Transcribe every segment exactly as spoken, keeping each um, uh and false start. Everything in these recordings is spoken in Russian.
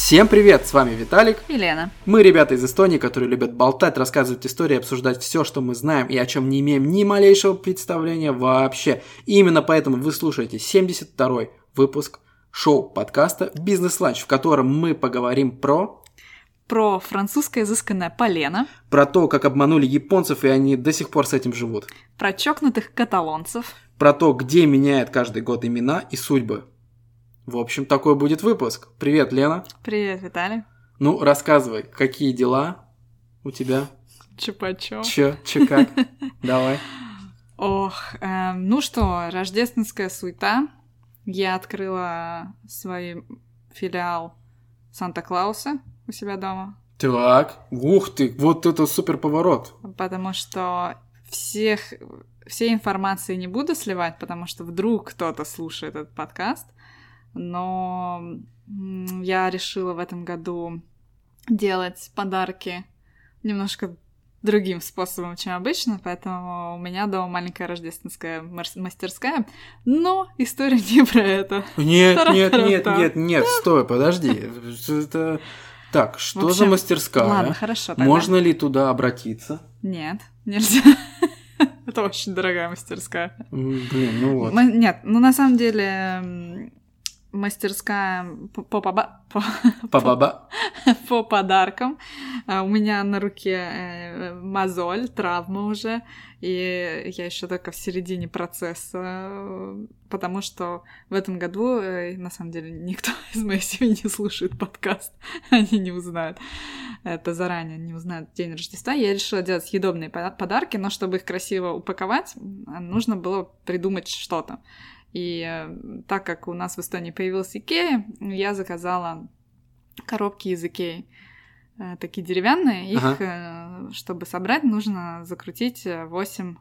Всем привет, с вами Виталик и Лена. Мы ребята из Эстонии, которые любят болтать, рассказывать истории, обсуждать все, что мы знаем и о чем не имеем ни малейшего представления вообще. И именно поэтому вы слушаете семьдесят второй выпуск шоу-подкаста «Бизнес-ланч», в котором мы поговорим про... Про французское изысканное полено. Про то, как обманули японцев, и они до сих пор с этим живут. Про чокнутых каталонцев. Про то, где меняют каждый год имена и судьбы. В общем, такой будет выпуск. Привет, Лена. Привет, Виталий. Ну, рассказывай, какие дела у тебя? Чё-почё. Чё, чё как? Давай. Ох, э, ну что, рождественская суета. Я открыла свой филиал Санта-Клауса у себя дома. Так, ух ты, вот это супер поворот. Потому что всех, всей информации не буду сливать, потому что вдруг кто-то слушает этот подкаст. Но я решила в этом году делать подарки немножко другим способом, чем обычно, поэтому у меня дома маленькая рождественская мастерская, но история не про это. Нет, нет, нет, нет, нет, стой, подожди. Это... Так, что в общем, за мастерская? Ладно, хорошо. Тогда. Можно ли туда обратиться? Нет, нельзя. Это очень дорогая мастерская. Блин, ну вот. Нет, ну на самом деле... Мастерская по, по, по, по, по подаркам. У меня на руке мозоль, травма уже, и я еще только в середине процесса, потому что в этом году, на самом деле, никто из моей семьи не слушает подкаст, они не узнают. Это заранее не узнают день Рождества. Я решила делать съедобные подарки, но чтобы их красиво упаковать, нужно было придумать что-то. И так как у нас в Эстонии появилась Икея, я заказала коробки из Икеи, такие деревянные. Их, ага. чтобы собрать, нужно закрутить восемь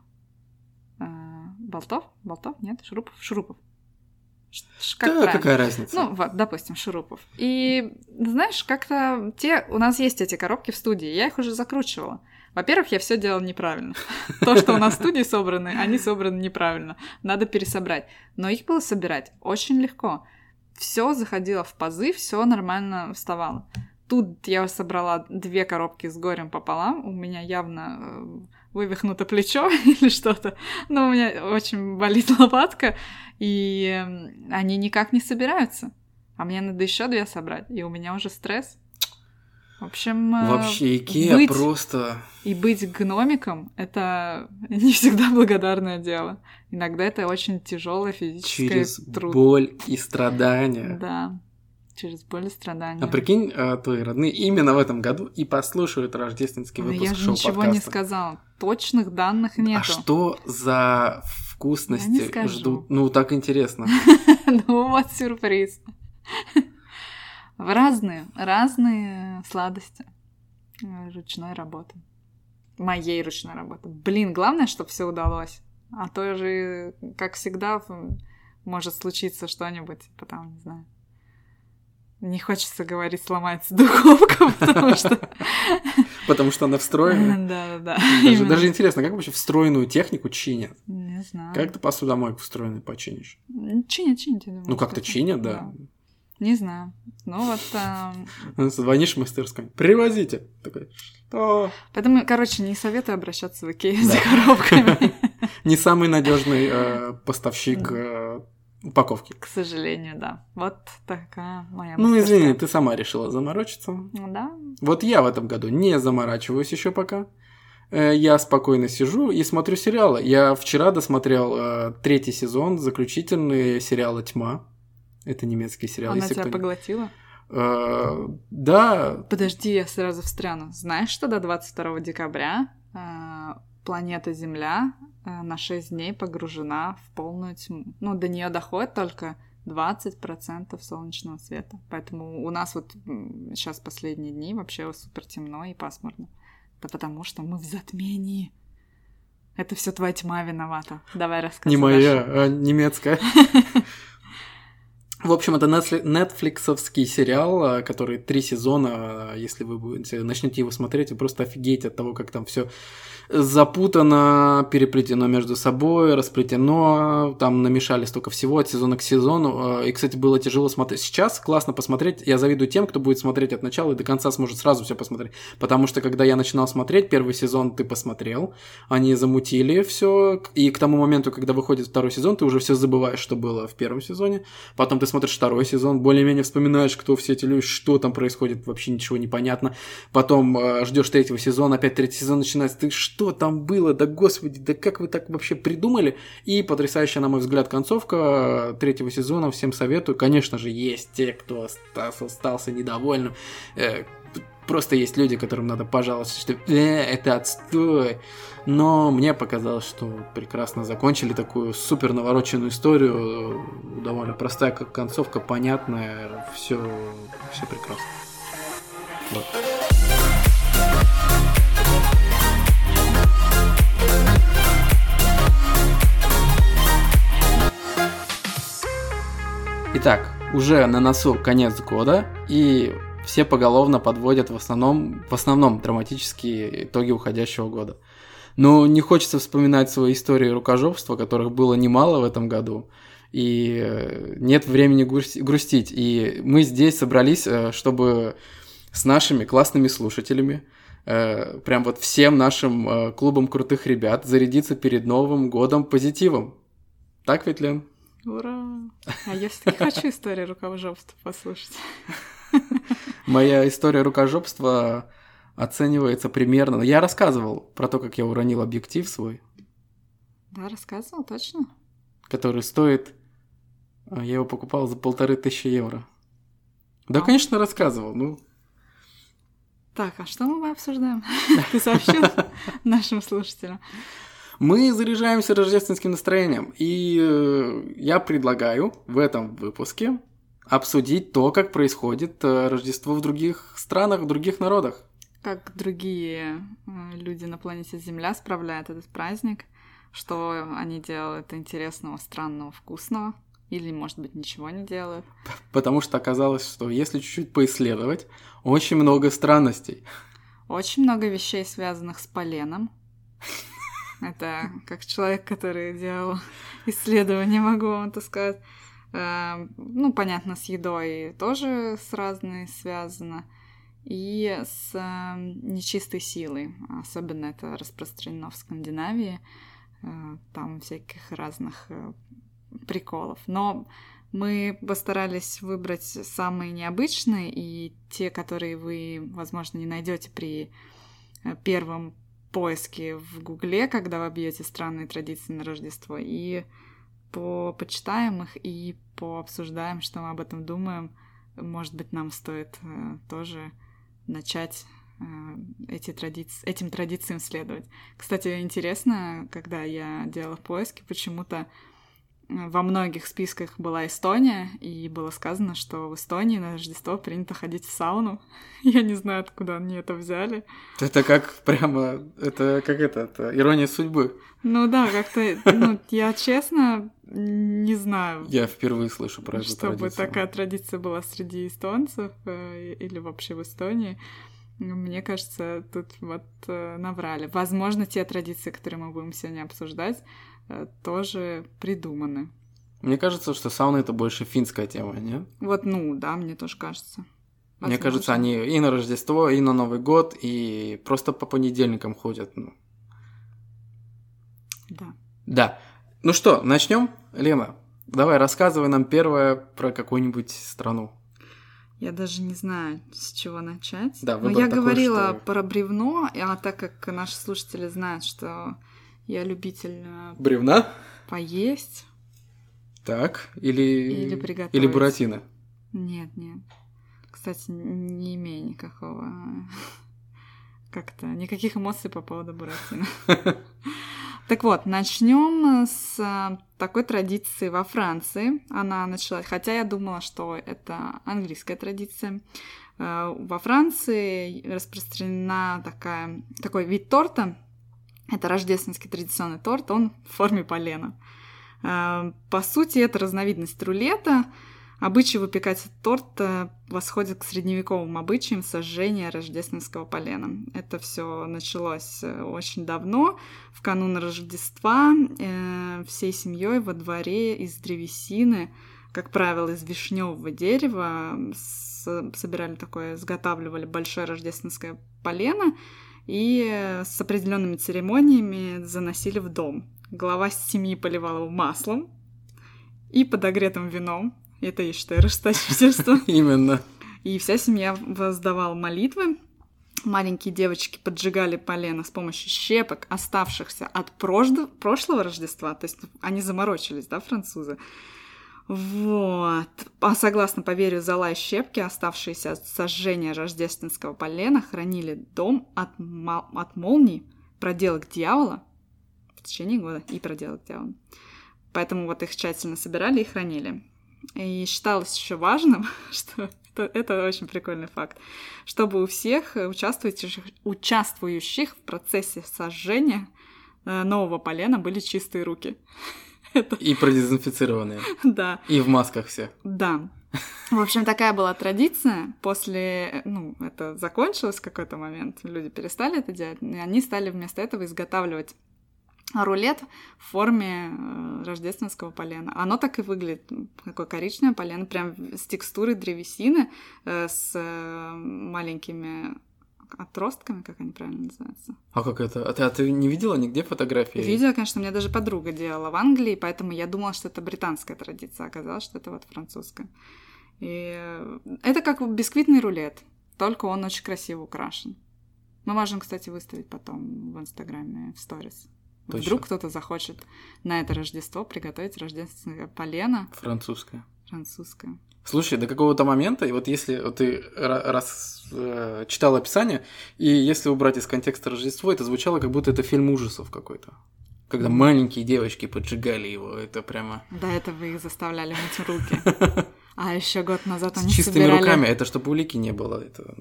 болтов. Болтов? Нет? Шурупов? Шурупов. Как да, правильно? Какая разница? Ну, вот, допустим, шурупов. И, знаешь, как-то те... У нас есть эти коробки в студии, я их уже закручивала. Во-первых, я все делала неправильно. То, что у нас в студии собраны, они собраны неправильно. Надо пересобрать. Но их было собирать очень легко. Все заходило в пазы, все нормально вставало. Тут я собрала две коробки с горем пополам. У меня явно вывихнуто плечо или что-то. Но у меня очень болит лопатка, и они никак не собираются. А мне надо еще две собрать, и у меня уже стресс. В общем, вообще Икеа быть просто... И быть гномиком — это не всегда благодарное дело. Иногда это очень тяжелое физическое через труд. боль и страдания. Да, через боль и страдания. А прикинь, твои родные именно в этом году и послушают рождественский выпуск шоу-подкаста. Я же ничего не сказала. Точных данных нету. А что за вкусности ждут? Ну, так интересно. Ну, вот сюрприз. Разные, разные сладости ручной работы. Моей ручной работы. Блин, главное, чтобы все удалось. А то же, как всегда, может случиться что-нибудь, потом, не знаю. Не хочется говорить, сломается духовка, потому что... Потому что она встроена? Да-да-да. Даже, даже интересно, как вообще встроенную технику чинят? Не знаю. Как ты посудомойку встроенную починишь? Чинят, чинят, я думаю. Ну, как-то чинят, да. да. Не знаю. Ну вот... А... Звонишь в мастерскую. Привозите. Такой, что? Поэтому, короче, не советую обращаться в Икею за коробками. Не самый надежный поставщик упаковки. К сожалению, да. Вот такая моя мастерская. Ну, извини, ты сама решила заморочиться. Да. Вот я в этом году не заморачиваюсь еще пока. Я спокойно сижу и смотрю сериалы. Я вчера досмотрел третий сезон, заключительный сериала «Тьма». Это немецкий сериал. Она тебя поглотила? Uh, да. Подожди, я сразу встряну. Знаешь, что до двадцать второго декабря uh, планета Земля uh, на шесть дней погружена в полную тьму? Ну, до нее доходит только двадцать процентов солнечного света. Поэтому у нас вот сейчас последние дни вообще супер темно и пасмурно. Это потому, что мы в затмении. Это все твоя тьма виновата. Давай рассказывай. Не моя, а немецкая. В общем, это нетфликсовский сериал, который три сезона. Если вы будете, начнете его смотреть, вы просто офигеете от того, как там все запутано, переплетено между собой, расплетено, там намешали столько всего от сезона к сезону. И, кстати, было тяжело смотреть. Сейчас классно посмотреть. Я завидую тем, кто будет смотреть от начала и до конца сможет сразу все посмотреть. Потому что, когда я начинал смотреть, первый сезон ты посмотрел, они замутили все, и к тому моменту, когда выходит второй сезон, ты уже все забываешь, что было в первом сезоне. Потом ты смотришь второй сезон, более-менее вспоминаешь, кто все эти люди, что там происходит, вообще ничего не понятно. Потом э, ждешь третьего сезона, опять третий сезон начинается, ты что там было, да господи, да как вы так вообще придумали? И потрясающая, на мой взгляд, концовка третьего сезона, всем советую. Конечно же, есть те, кто остался недовольным. Э, просто есть люди, которым надо пожаловаться, что э, это отстой. Но мне показалось, что прекрасно закончили такую супер навороченную историю, довольно простая как концовка, понятная, все, все прекрасно. Вот. Итак, уже на носу конец года, и все поголовно подводят в основном, в основном драматические итоги уходящего года. Но не хочется вспоминать свои истории рукожопства, которых было немало в этом году, и нет времени грустить. И мы здесь собрались, чтобы с нашими классными слушателями, прям вот всем нашим клубом крутых ребят, зарядиться перед Новым годом позитивом. Так ведь, Лен? Ура! А я все-таки хочу историю рукожопства послушать. Моя история рукожопства оценивается примерно... Я рассказывал про то, как я уронил объектив свой. Да, рассказывал, точно? Который стоит... Я его покупал за полторы тысячи евро. Да, а? Конечно, рассказывал. Ну... Так, а что мы обсуждаем? Ты сообщил нашим слушателям? Мы заряжаемся рождественским настроением. И я предлагаю в этом выпуске обсудить то, как происходит Рождество в других странах, в других народах. Как другие люди на планете Земля справляют этот праздник, что они делают интересного, странного, вкусного, или, может быть, ничего не делают. Потому что оказалось, что если чуть-чуть поисследовать, очень много странностей. Очень много вещей, связанных с поленом. Это как человек, который делал исследования, могу вам это сказать. Ну, понятно, с едой тоже с разной связано. И с э, нечистой силой. Особенно это распространено в Скандинавии. Э, там всяких разных э, приколов. Но мы постарались выбрать самые необычные и те, которые вы, возможно, не найдете при первом поиске в Гугле, когда вы бьете странные традиции на Рождество. И по почитаем их и пообсуждаем, что мы об этом думаем. Может быть, нам стоит э, тоже начать э, эти традиции, этим традициям следовать. Кстати, интересно, когда я делала поиски, почему-то во многих списках была Эстония, и было сказано, что в Эстонии на Рождество принято ходить в сауну. Я не знаю, откуда они это взяли. Это как прямо... Это как это, это ирония судьбы. Ну да, как-то... Ну, я честно не знаю. Я впервые слышу про эту чтобы традицию. Чтобы такая традиция была среди эстонцев э, или вообще в Эстонии. Мне кажется, тут вот э, наврали. Возможно, те традиции, которые мы будем сегодня обсуждать, э, тоже придуманы. Мне кажется, что сауна — это больше финская тема, нет? Вот, ну, да, мне тоже кажется. Возможно. Мне кажется, они и на Рождество, и на Новый год, и просто по понедельникам ходят. Ну. Да. Да. Ну что, начнем? Лена, давай, рассказывай нам первое про какую-нибудь страну. Я даже не знаю, с чего начать. Да, но я такой, говорила что... про бревно, а так как наши слушатели знают, что я любитель... Бревна? Поесть. Так, или... Или приготовить. Или буратино? Нет, нет. Кстати, не имею никакого... Как-то... Никаких эмоций по поводу буратино. Так вот, начнем с такой традиции во Франции. Она началась, хотя я думала, что это английская традиция. Во Франции распространена такая, такой вид торта. Это рождественский традиционный торт, он в форме полена. По сути, это разновидность рулета. Обычай выпекать торт восходит к средневековым обычаям сожжения рождественского полена. Это все началось очень давно, в канун Рождества, э, всей семьей во дворе из древесины, как правило, из вишневого дерева, с, собирали такое, изготавливали большое рождественское полено и с определенными церемониями заносили в дом. Глава семьи поливала его маслом и подогретым вином. Это, я считаю, расточительство. Именно. И вся семья воздавала молитвы. Маленькие девочки поджигали полено с помощью щепок, оставшихся от прошлого, прошлого Рождества. То есть они заморочились, да, французы? Вот. А согласно поверью, зола и щепки, оставшиеся от сожжения рождественского полена, хранили дом от, мол... от молний, проделок дьявола в течение года и проделок дьявола. Поэтому вот их тщательно собирали и хранили. И считалось еще важным, что это, это очень прикольный факт, чтобы у всех участвующих, участвующих в процессе сожжения нового полена были чистые руки. Это... И продезинфицированные. Да. И в масках все. Да. В общем, такая была традиция. После, ну, это закончилось в какой-то момент, люди перестали это делать, и они стали вместо этого изготавливать рулет в форме рождественского полена. Оно так и выглядит. Такое коричневое полено, прям с текстурой древесины, с маленькими отростками, как они правильно называются. А как это? А ты, а ты не видела нигде фотографии? Видела, конечно, у меня даже подруга делала в Англии, поэтому я думала, что это британская традиция, оказалось, что это вот французская. И это как бисквитный рулет, только он очень красиво украшен. Мы можем, кстати, выставить потом в Инстаграме, в сторис. Точно. Вдруг кто-то захочет на это Рождество приготовить рождественское полено. Французское. Французское. Слушай, до какого-то момента, и вот если вот ты раз э, читал описание, и если убрать из контекста Рождество, это звучало, как будто это фильм ужасов какой-то. Когда маленькие девочки поджигали его, это прямо... До этого их заставляли мыть руки. А еще год назад они собирали... С чистыми руками, это чтобы улики не было. Это...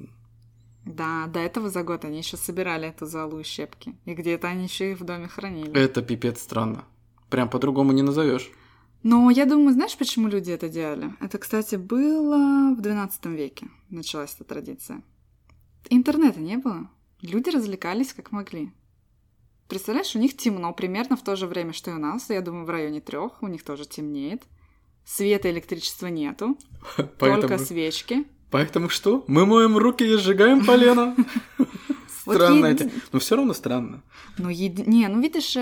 Да, до этого за год они еще собирали эту золу и щепки. И где-то они еще их в доме хранили. Это пипец странно. Прям по-другому не назовешь. Но я думаю, знаешь, почему люди это делали? Это, кстати, было в двенадцатом веке. Началась эта традиция. Интернета не было. Люди развлекались как могли. Представляешь, у них темно примерно в то же время, что и у нас. Я думаю, в районе трех у них тоже темнеет. Света и электричества нету. Только свечки. Поэтому что? Мы моем руки и сжигаем полено. Странно это. Но все равно странно. Ну, не, ну видишь,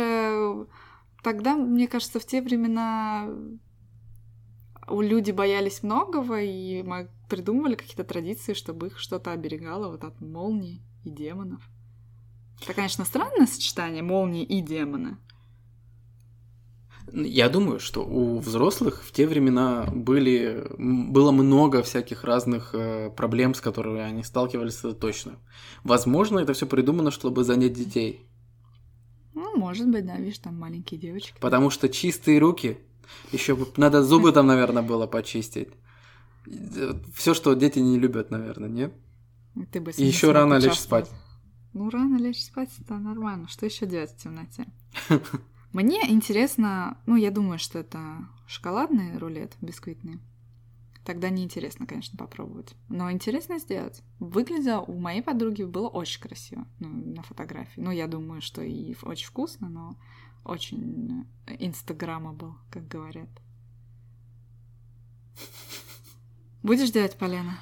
тогда, мне кажется, в те времена люди боялись многого и придумывали какие-то традиции, чтобы их что-то оберегало вот от молний и демонов. Это, конечно, странное сочетание молнии и демона. Я думаю, что у взрослых в те времена были, было много всяких разных э, проблем, с которыми они сталкивались, это точно. Возможно, это все придумано, чтобы занять детей. Ну, может быть, да, видишь, там маленькие девочки. Потому что чистые руки, еще надо зубы там, наверное, было почистить. Все, что дети не любят, наверное, нет? Ты бы и еще рано лечь спать. Ну, рано лечь спать, это нормально. Что еще делать в темноте? Мне интересно, ну, я думаю, что это шоколадный рулет, бисквитный. Тогда неинтересно, конечно, попробовать. Но интересно сделать. Выглядело у моей подруги было очень красиво, ну, на фотографии. Ну, я думаю, что и очень вкусно, но очень инстаграмабл, как говорят. Будешь делать полено?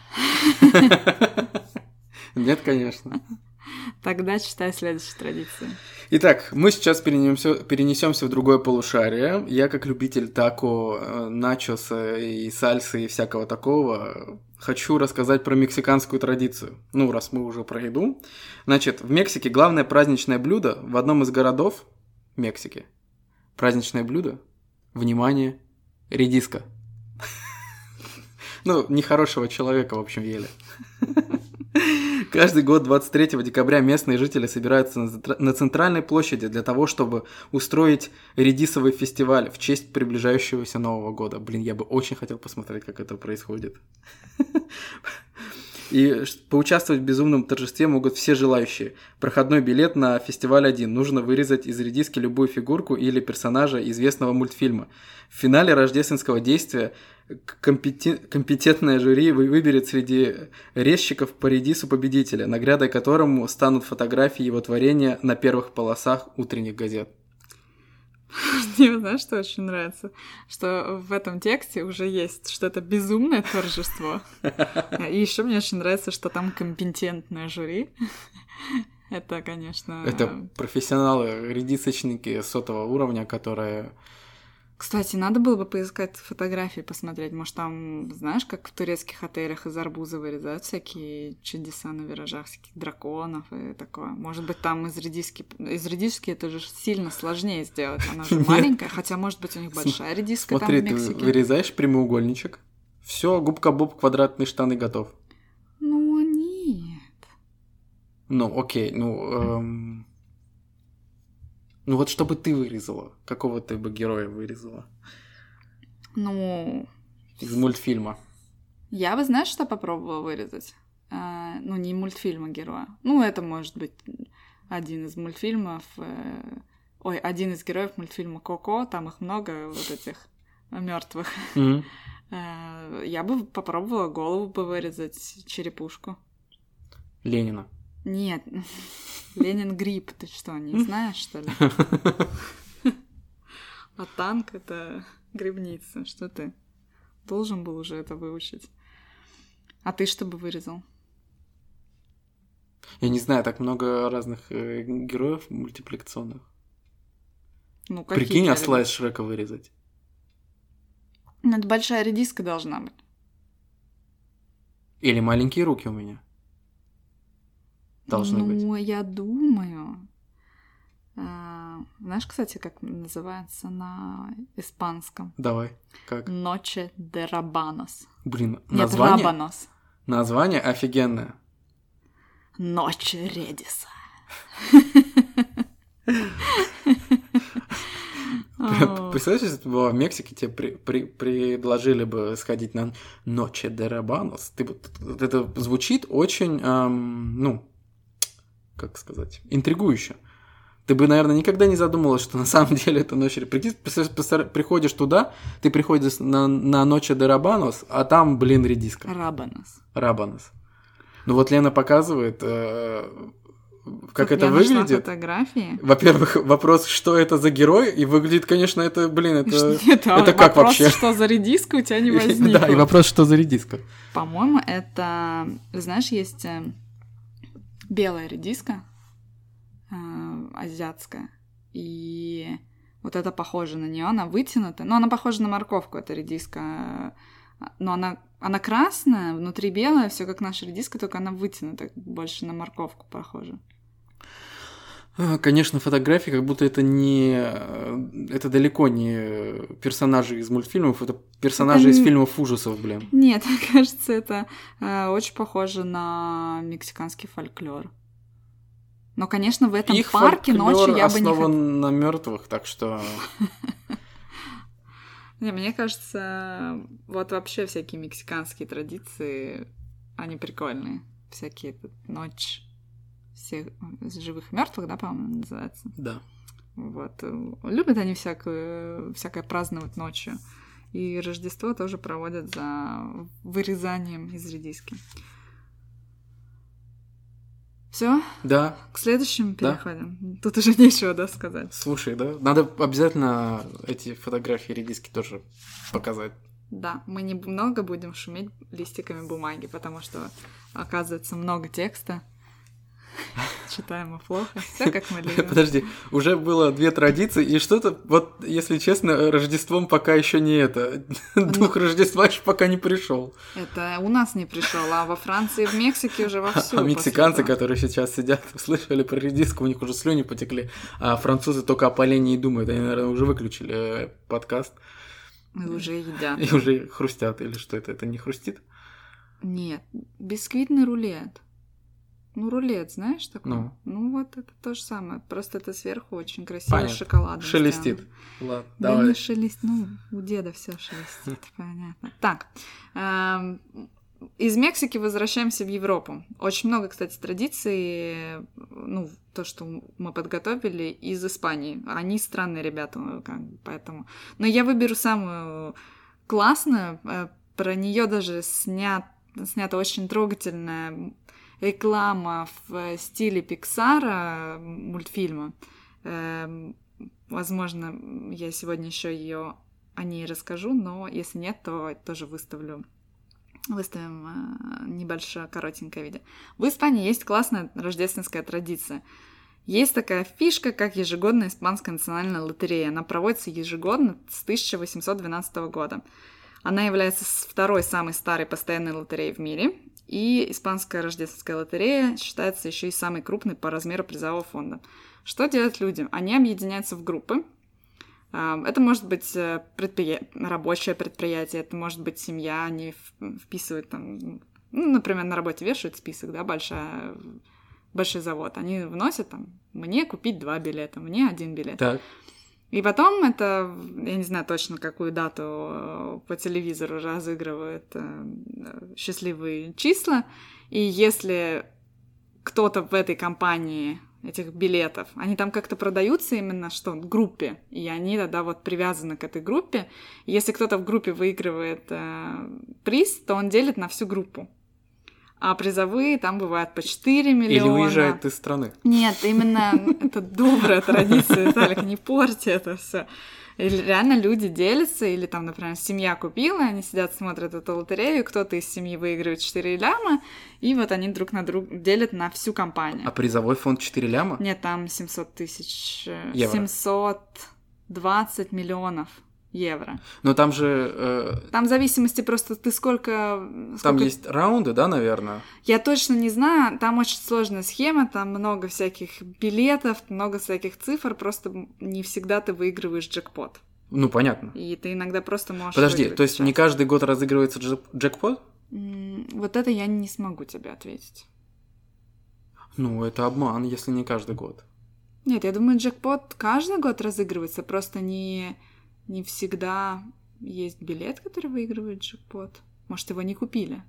Нет, конечно. Тогда читай следующую традицию. Итак, мы сейчас перенесемся, перенесемся в другое полушарие. Я, как любитель тако, начоса и сальсы и всякого такого, хочу рассказать про мексиканскую традицию. Ну, раз мы уже про еду. Значит, в Мексике главное праздничное блюдо в одном из городов Мексики. Праздничное блюдо, внимание, редиска. Ну, нехорошего человека, в общем, ели. Каждый год двадцать третьего декабря местные жители собираются на центральной площади для того, чтобы устроить редисовый фестиваль в честь приближающегося Нового года. Блин, я бы очень хотел посмотреть, как это происходит. И поучаствовать в безумном торжестве могут все желающие. Проходной билет на фестиваль один. Нужно вырезать из редиски любую фигурку или персонажа известного мультфильма. В финале рождественского действия компетен... компетентное жюри выберет среди резчиков по редису победителя, наградой которому станут фотографии его творения на первых полосах утренних газет. Мне, знаешь, что очень нравится? Что в этом тексте уже есть что-то безумное торжество. И еще мне очень нравится, что там компетентное жюри. Это, конечно... Это профессионалы, редисочники сотого уровня, которые... Кстати, надо было бы поискать фотографии, посмотреть. Может, там, знаешь, как в турецких отелях из арбуза вырезают всякие чудеса на виражах, всяких драконов и такое. Может быть, там из редиски... Из редиски это же сильно сложнее сделать. Она же маленькая, хотя, может быть, у них большая редиска там в Мексике. Смотри, ты вырезаешь прямоугольничек, все, губка Боб, квадратные штаны готов. Ну, нет. Ну, окей, ну... Эм... Ну вот что бы ты вырезала? Какого ты бы героя вырезала? Ну... Из мультфильма. Я бы, знаешь, что попробовала вырезать? А, ну, не мультфильма героя. Ну, это может быть один из мультфильмов... Э... Ой, один из героев мультфильма «Коко». Там их много, вот этих мертвых. Mm-hmm. А, я бы попробовала голову бы вырезать, черепушку. Ленина. Нет, Ленин гриб, ты что, не знаешь, что ли? А танк — это грибница, что ты? Должен был уже это выучить. А ты что бы вырезал? Я не знаю, так много разных э, героев мультипликационных. Ну, прикинь, осла из Шрека вырезать. Ну, это большая редиска должна быть. Или маленькие руки у меня. Должны ну, быть. Ну, я думаю... А, знаешь, кстати, как называется на испанском? Давай, как? Noche de Rabanos. Блин, Нет, название? Rabanos. Название офигенное. Ночь Редиса. Представляешь, если бы была в Мексике, тебе при, при, предложили бы сходить на Noche de Rabanos. Ты, это звучит очень, эм, ну, как сказать, интригующе. Ты бы, наверное, никогда не задумалась, что на самом деле это Noche... Прикинь, приходишь туда, ты приходишь на, на Noche de Rabanos, а там, блин, редиска. Рабанос. Рабанос. Ну вот Лена показывает... Э, как Тут это я выглядит. Фотографии. Во-первых, вопрос, что это за герой, и выглядит, конечно, это, блин, это, Нет, это как вопрос, вообще? Что за редиска у тебя не возникло. Да, и вопрос, что за редиска. По-моему, это, знаешь, есть белая редиска э, азиатская, и вот это похоже на нее, она вытянута, но она похожа на морковку, эта редиска, но она Она красная, внутри белая, все как наша редиска, только она вытянута, больше на морковку похожа. Конечно, фотографии, как будто это не... Это далеко не персонажи из мультфильмов, это персонажи это... из фильмов ужасов, блин. Нет, кажется, это э, очень похоже на мексиканский фольклор. Но, конечно, в этом Их парке ночью я бы не... Их фольклор основан на мертвых, так что... Не, мне кажется, вот вообще всякие мексиканские традиции, они прикольные. Всякие тут ночь всех живых и мертвых, да, по-моему, называется. Да. Вот. Любят они всякое, всякое праздновать ночью. И Рождество тоже проводят за вырезанием из редиски. Все? Да. К следующему переходим. Да. Тут уже нечего, да, сказать. Слушай, да? Надо обязательно эти фотографии редиски тоже показать. Да, мы немного будем шуметь листиками бумаги, потому что, оказывается, много текста. Читаем мы плохо. Все как мы любим. Подожди, уже было две традиции, и что-то, вот, если честно, Рождеством пока еще не это. Дух Рождества еще пока не пришел. Это у нас не пришел, а во Франции и в Мексике уже вовсю. А мексиканцы, которые сейчас сидят, слышали про редиску, у них уже слюни потекли, а французы только о полении и думают. Они, наверное, уже выключили подкаст. И уже едят. И уже хрустят, или что это? Это не хрустит? Нет, бисквитный рулет. Ну, рулет, знаешь, такой? Ну. ну, вот это то же самое. Просто это сверху очень красиво Понятно. Шоколадом шелестит. сделано. Ладно, да давай. не шелестит. Ну, у деда все шелестит, понятно. Так, эм, из Мексики возвращаемся в Европу. Очень много, кстати, традиций, ну, то, что мы подготовили из Испании. Они странные ребята, как бы, поэтому... Но я выберу самую классную. Про нее даже снят, снята очень трогательная реклама в стиле Пиксара, мультфильма. Возможно, я сегодня еще ее о ней расскажу, но если нет, то тоже выставлю. Выставим э, небольшое коротенькое видео. В Испании есть классная рождественская традиция. Есть такая фишка, как ежегодная испанская национальная лотерея. Она проводится ежегодно с тысяча восемьсот двенадцатого года. Она является второй самой старой постоянной лотереей в мире. И испанская рождественская лотерея считается еще и самой крупной по размеру призового фонда. Что делают люди? Они объединяются в группы. Это может быть предприя... рабочее предприятие, это может быть семья, они вписывают там, ну, например, на работе вешают список, да, большая... большой завод, они вносят там, мне купить два билета, мне один билет. Так. И потом это, я не знаю точно, какую дату по телевизору разыгрывают счастливые числа, и если кто-то в этой компании... этих билетов, они там как-то продаются именно что в группе, и они тогда вот привязаны к этой группе. И если кто-то в группе выигрывает э, приз, то он делит на всю группу. А призовые там бывают по четыре миллиона. Или уезжает из страны. Нет, именно это добрая традиция, Виталик, не порти это все. Или реально люди делятся, или там, например, семья купила, они сидят, смотрят эту лотерею, кто-то из семьи выигрывает четыре ляма, и вот они друг на друга делят на всю компанию. А призовой фонд четыре ляма? Нет, там семьсот тысяч... Евро. семьсот двадцать миллионов евро. Но там же... Э... Там в зависимости просто ты сколько... сколько... Там есть раунды, да, наверное? Я точно не знаю, там очень сложная схема, там много всяких билетов, много всяких цифр, просто не всегда ты выигрываешь джекпот. Ну, понятно. И ты иногда просто можешь... Подожди, то есть сейчас. не каждый год разыгрывается джекпот? Вот это я не смогу тебе ответить. Ну, это обман, если не каждый год. Нет, я думаю, джекпот каждый год разыгрывается, просто не... Не всегда есть билет, который выигрывает джекпот. Может, его не купили?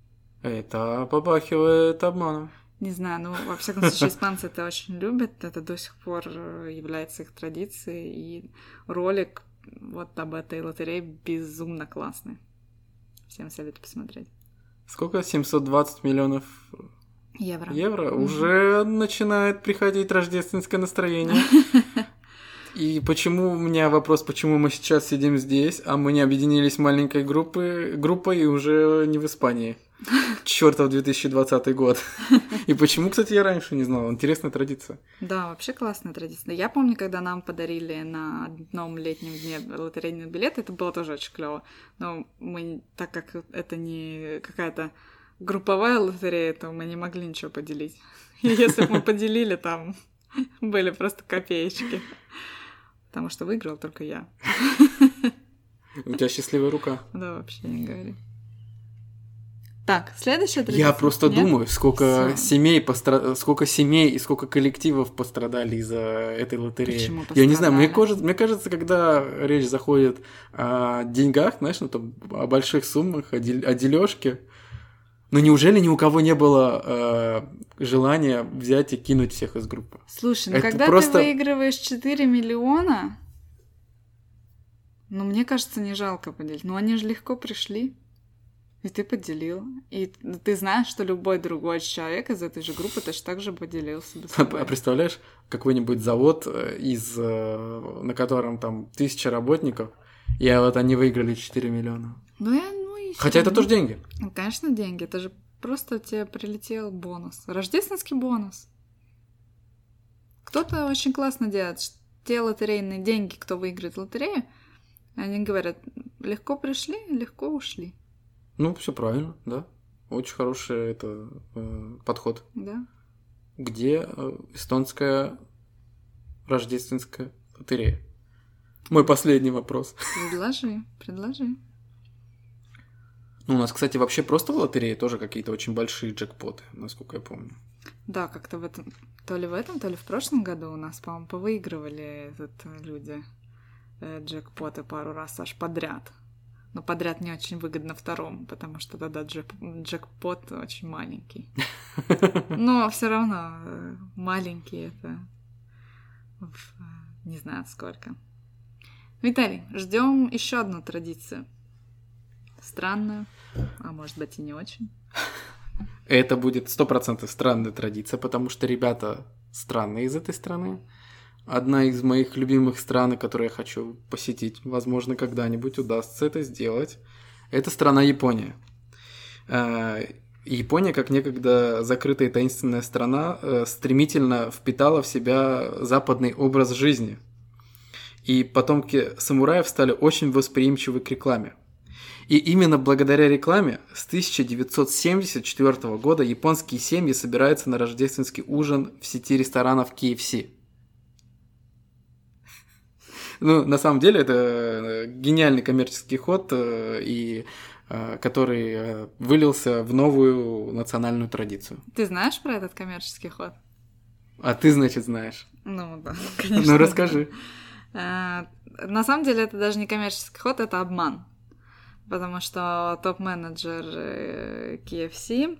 Это попахивает обманом. Не знаю, ну, во всяком случае, испанцы это очень любят. Это до сих пор является их традицией. И ролик вот об этой лотерее безумно классный. Всем советую посмотреть. Сколько? семьсот двадцать миллионов евро. Евро? Mm-hmm. Уже начинает приходить рождественское настроение. И почему у меня вопрос, почему мы сейчас сидим здесь, а мы не объединились маленькой группой, группой и уже не в Испании? Чёртов две тысячи двадцатый год. И почему, кстати, я раньше не знала. Интересная традиция. Да, вообще классная традиция. Я помню, когда нам подарили на одном летнем дне лотерейный билет, это было тоже очень клево. Но мы, так как это не какая-то групповая лотерея, то мы не могли ничего поделить. И если бы мы поделили, там были просто копеечки. Потому что выиграл только я. У тебя счастливая рука. Да, вообще не говори. Так, следующая традиция. Я просто Нет? думаю, сколько Всё. семей, постра... сколько семей и сколько коллективов пострадали из-за этой лотереи. Почему Я не знаю, мне пострадали? кажется, мне кажется, когда речь заходит о деньгах, знаешь, ну там о больших суммах, о, дел... о дележке, ну неужели ни у кого не было э, желания взять и кинуть всех из группы? Слушай, ну Это когда просто... ты выигрываешь четыре миллиона, ну мне кажется, не жалко поделить. Ну они же легко пришли. И ты поделил. И ты знаешь, что любой другой человек из этой же группы точно так же поделился бы с тобой. А представляешь, какой-нибудь завод, из, на котором там тысяча работников, и вот они выиграли четыре миллиона. Ну, я, ну и Хотя это тоже деньги. Ну, конечно, деньги. Это же просто тебе прилетел бонус. Рождественский бонус. Кто-то очень классно делает. Те лотерейные деньги, кто выиграет лотерею, они говорят, легко пришли, легко ушли. Ну, все правильно, да. Очень хороший это э, подход. Да. Где э, эстонская рождественская лотерея? Мой последний вопрос. Предложи, предложи. Ну, у нас, кстати, вообще просто в лотерее тоже какие-то очень большие джекпоты, насколько я помню. Да, как-то в этом, то ли в этом, то ли в прошлом году у нас, по-моему, повыигрывали этот, люди э, джекпоты пару раз аж подряд. Но подряд не очень выгодно второму, потому что тогда джек... джекпот очень маленький. Но все равно маленький это не знаю сколько. Виталий, ждем еще одну традицию. Странную, а может быть и не очень. Это будет сто процентов странная традиция, потому что ребята странные из этой страны. Одна из моих любимых стран, которую я хочу посетить, возможно, когда-нибудь удастся это сделать, это страна Япония. Япония, как некогда закрытая и таинственная страна, стремительно впитала в себя западный образ жизни. И потомки самураев стали очень восприимчивы к рекламе. И именно благодаря рекламе с тысяча девятьсот семьдесят четвёртого года японские семьи собираются на рождественский ужин в сети ресторанов кей эф си. Ну, на самом деле, это гениальный коммерческий ход, и, который вылился в новую национальную традицию. Ты знаешь про этот коммерческий ход? А ты, значит, знаешь. Ну, да, конечно. Ну, расскажи. На самом деле, это даже не коммерческий ход, это обман. Потому что топ-менеджер кей эф си,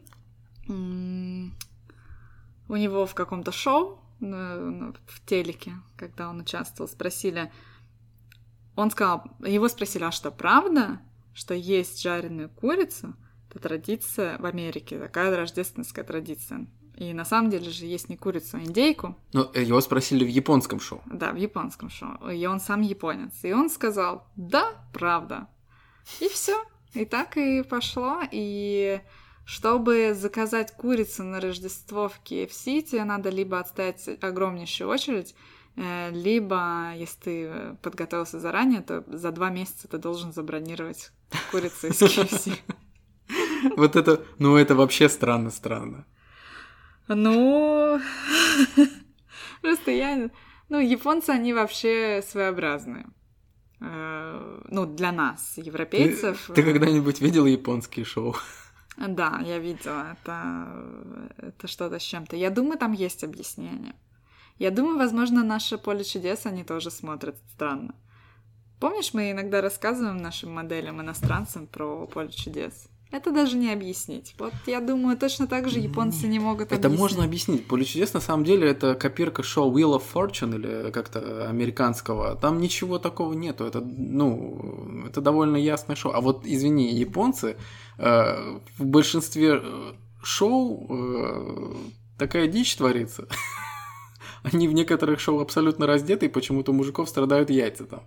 у него в каком-то шоу, в телеке, когда он участвовал, спросили, он сказал, его спросили, а что, правда, что есть жареную курицу? Это традиция в Америке, такая рождественская традиция. И на самом деле же есть не курицу, а индейку. Но его спросили в японском шоу. Да, в японском шоу. И он сам японец. И он сказал, да, правда. И все. И так и пошло. И чтобы заказать курицу на Рождество в кей эф си, тебе надо либо отстоять огромнейшую очередь, либо, если ты подготовился заранее, то за два месяца ты должен забронировать курицу из кей эф си. Вот это, ну это вообще странно-странно. Ну, просто я... Ну, японцы, они вообще своеобразные. Ну, для нас, европейцев. Ты, ты когда-нибудь видела японские шоу? Да, я видела. Это, это что-то с чем-то. Я думаю, там есть объяснение. Я думаю, возможно, наше поле чудес они тоже смотрят странно. Помнишь, мы иногда рассказываем нашим моделям, иностранцам про поле чудес? Это даже не объяснить. Вот я думаю, точно так же японцы не могут объяснить. Это можно объяснить. Поле чудес, на самом деле, это копирка шоу Wheel of Fortune или как-то американского. Там ничего такого нету. Это, ну, это довольно ясное шоу. А вот, извини, японцы э, в большинстве шоу э, такая дичь творится. Они в некоторых шоу абсолютно раздеты, и почему-то у мужиков страдают яйца там.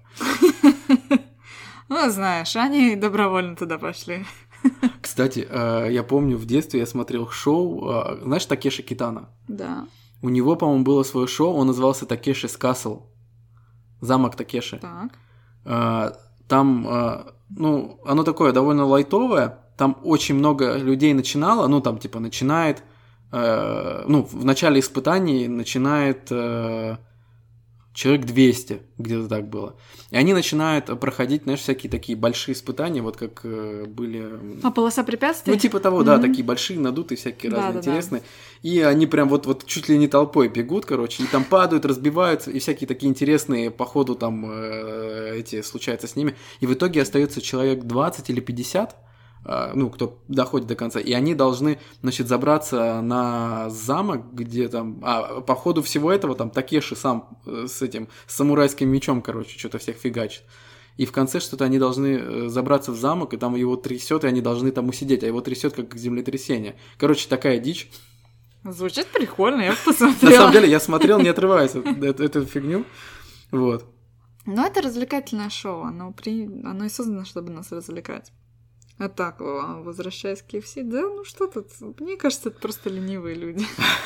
Ну, знаешь, они добровольно туда пошли. Кстати, я помню, в детстве я смотрел шоу, знаешь, Такеши Китано? Да. У него, по-моему, было свое шоу, он назывался Такеши's Castle. Замок Такеши. Так. Там, ну, оно такое довольно лайтовое, там очень много людей начинало, ну, там, типа, начинает, ну, в начале испытаний начинает человек двести, где-то так было. И они начинают проходить, знаешь, всякие такие большие испытания, вот как э, были... А, полоса препятствий? Ну, типа того, mm-hmm. да, такие большие, надутые, всякие разные, да, интересные. Да, да. И они прям вот, вот чуть ли не толпой бегут, короче, и там падают, разбиваются, и всякие такие интересные, по ходу там э, эти случаются с ними. И в итоге остается человек двадцать или пятьдесят, ну, кто доходит до конца, и они должны, значит, забраться на замок, где там, а по ходу всего этого там Такеши сам с этим с самурайским мечом, короче, что-то всех фигачит. И в конце что-то они должны забраться в замок, и там его трясет, и они должны там усидеть, а его трясет как землетрясение. Короче, такая дичь. Звучит прикольно, я посмотрела. На самом деле, я смотрел, не отрываясь от эту фигню. Вот. Но это развлекательное шоу, оно, при... оно и создано, чтобы нас развлекать. А так, возвращаясь к кей эф си, да, ну что тут? Мне кажется, это просто ленивые люди.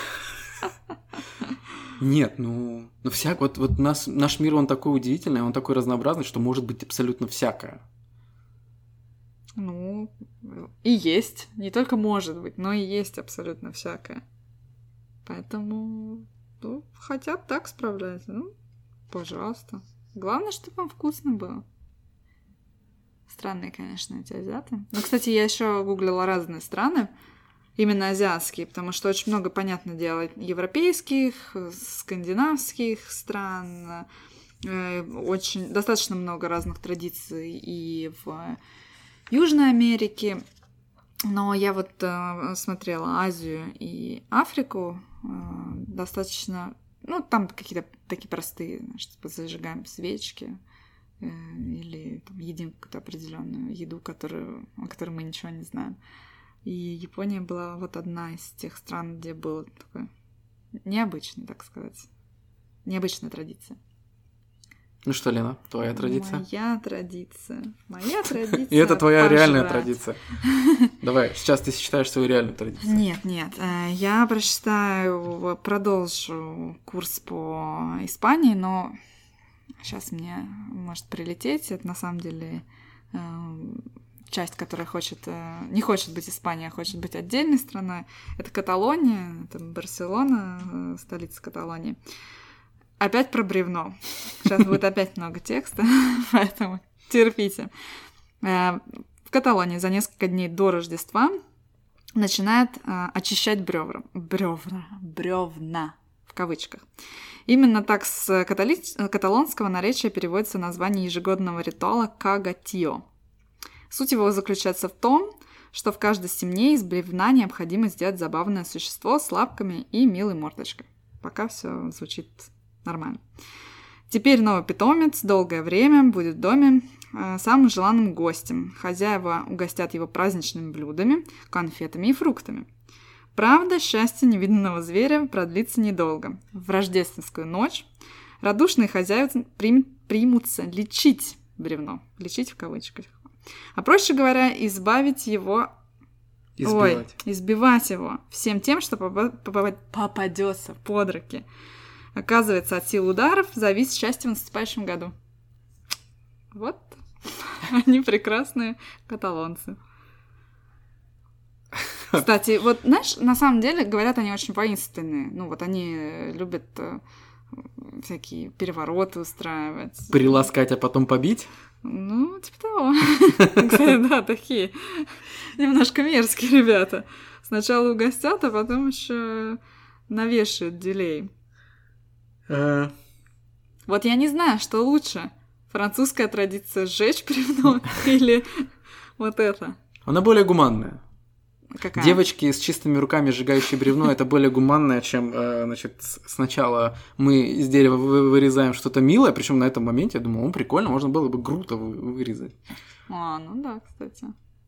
Нет, ну, ну всяк, вот, вот нас, наш мир, он такой удивительный, он такой разнообразный, что может быть абсолютно всякое. Ну, и есть. Не только может быть, но и есть абсолютно всякое. Поэтому, ну, хотят так справляться, ну, пожалуйста. Главное, чтобы вам вкусно было. Странные, конечно, эти азиаты. Но, кстати, я еще гуглила разные страны, именно азиатские, потому что очень много, понятное дело, европейских, скандинавских стран, очень, достаточно много разных традиций и в Южной Америки. Но я вот э, смотрела Азию и Африку э, достаточно... Ну, там какие-то такие простые, значит, зажигаем свечки э, или там, едим какую-то определенную еду, которую, о которой мы ничего не знаем. И Япония была вот одна из тех стран, где было такое необычное, так сказать, необычная традиция. Ну что, Лена, твоя традиция? Моя традиция. Моя традиция. И это твоя пожрать. реальная традиция. Давай, сейчас ты считаешь свою реальную традицию. Нет, нет. Я прочитаю, продолжу курс по Испании, но сейчас мне может прилететь. Это на самом деле часть, которая хочет, не хочет быть Испанией, а хочет быть отдельной страной. Это Каталония, это Барселона, столица Каталонии. Опять про бревно. Сейчас будет опять много текста, поэтому терпите. В Каталонии за несколько дней до Рождества начинают очищать бревна. Бревна. Бревна. В кавычках. Именно так с катали... каталонского наречия переводится название ежегодного ритуала «кагатио». Суть его заключается в том, что в каждой семье из бревна необходимо сделать забавное существо с лапками и милой мордочкой. Пока все звучит нормально. Теперь новый питомец долгое время будет в доме э, самым желанным гостем. Хозяева угостят его праздничными блюдами, конфетами и фруктами. Правда, счастье невиданного зверя продлится недолго. В рождественскую ночь радушные хозяева прим- примутся лечить бревно. Лечить в кавычках. А проще говоря, избавить его... Избивать. Ой, избивать его всем тем, что попадется под руки. Оказывается, от сил ударов зависит счастье в наступающем году. Вот они прекрасные каталонцы. Кстати, вот, знаешь, на самом деле, говорят, они очень воинственные. Ну, вот они любят э, всякие перевороты устраивать. Приласкать, а потом побить? Ну, типа того. Кстати, да, такие немножко мерзкие ребята. Сначала угостят, а потом еще навешают дилей. Uh... Вот я не знаю, что лучше. Французская традиция сжечь бревно или вот это? Она более гуманная. Какая? Девочки с чистыми руками, сжигающие бревно, это более гуманное, чем, значит, сначала мы из дерева вырезаем что-то милое, причем на этом моменте я думал, ну, прикольно, можно было бы Грута вырезать. А, ну да, кстати.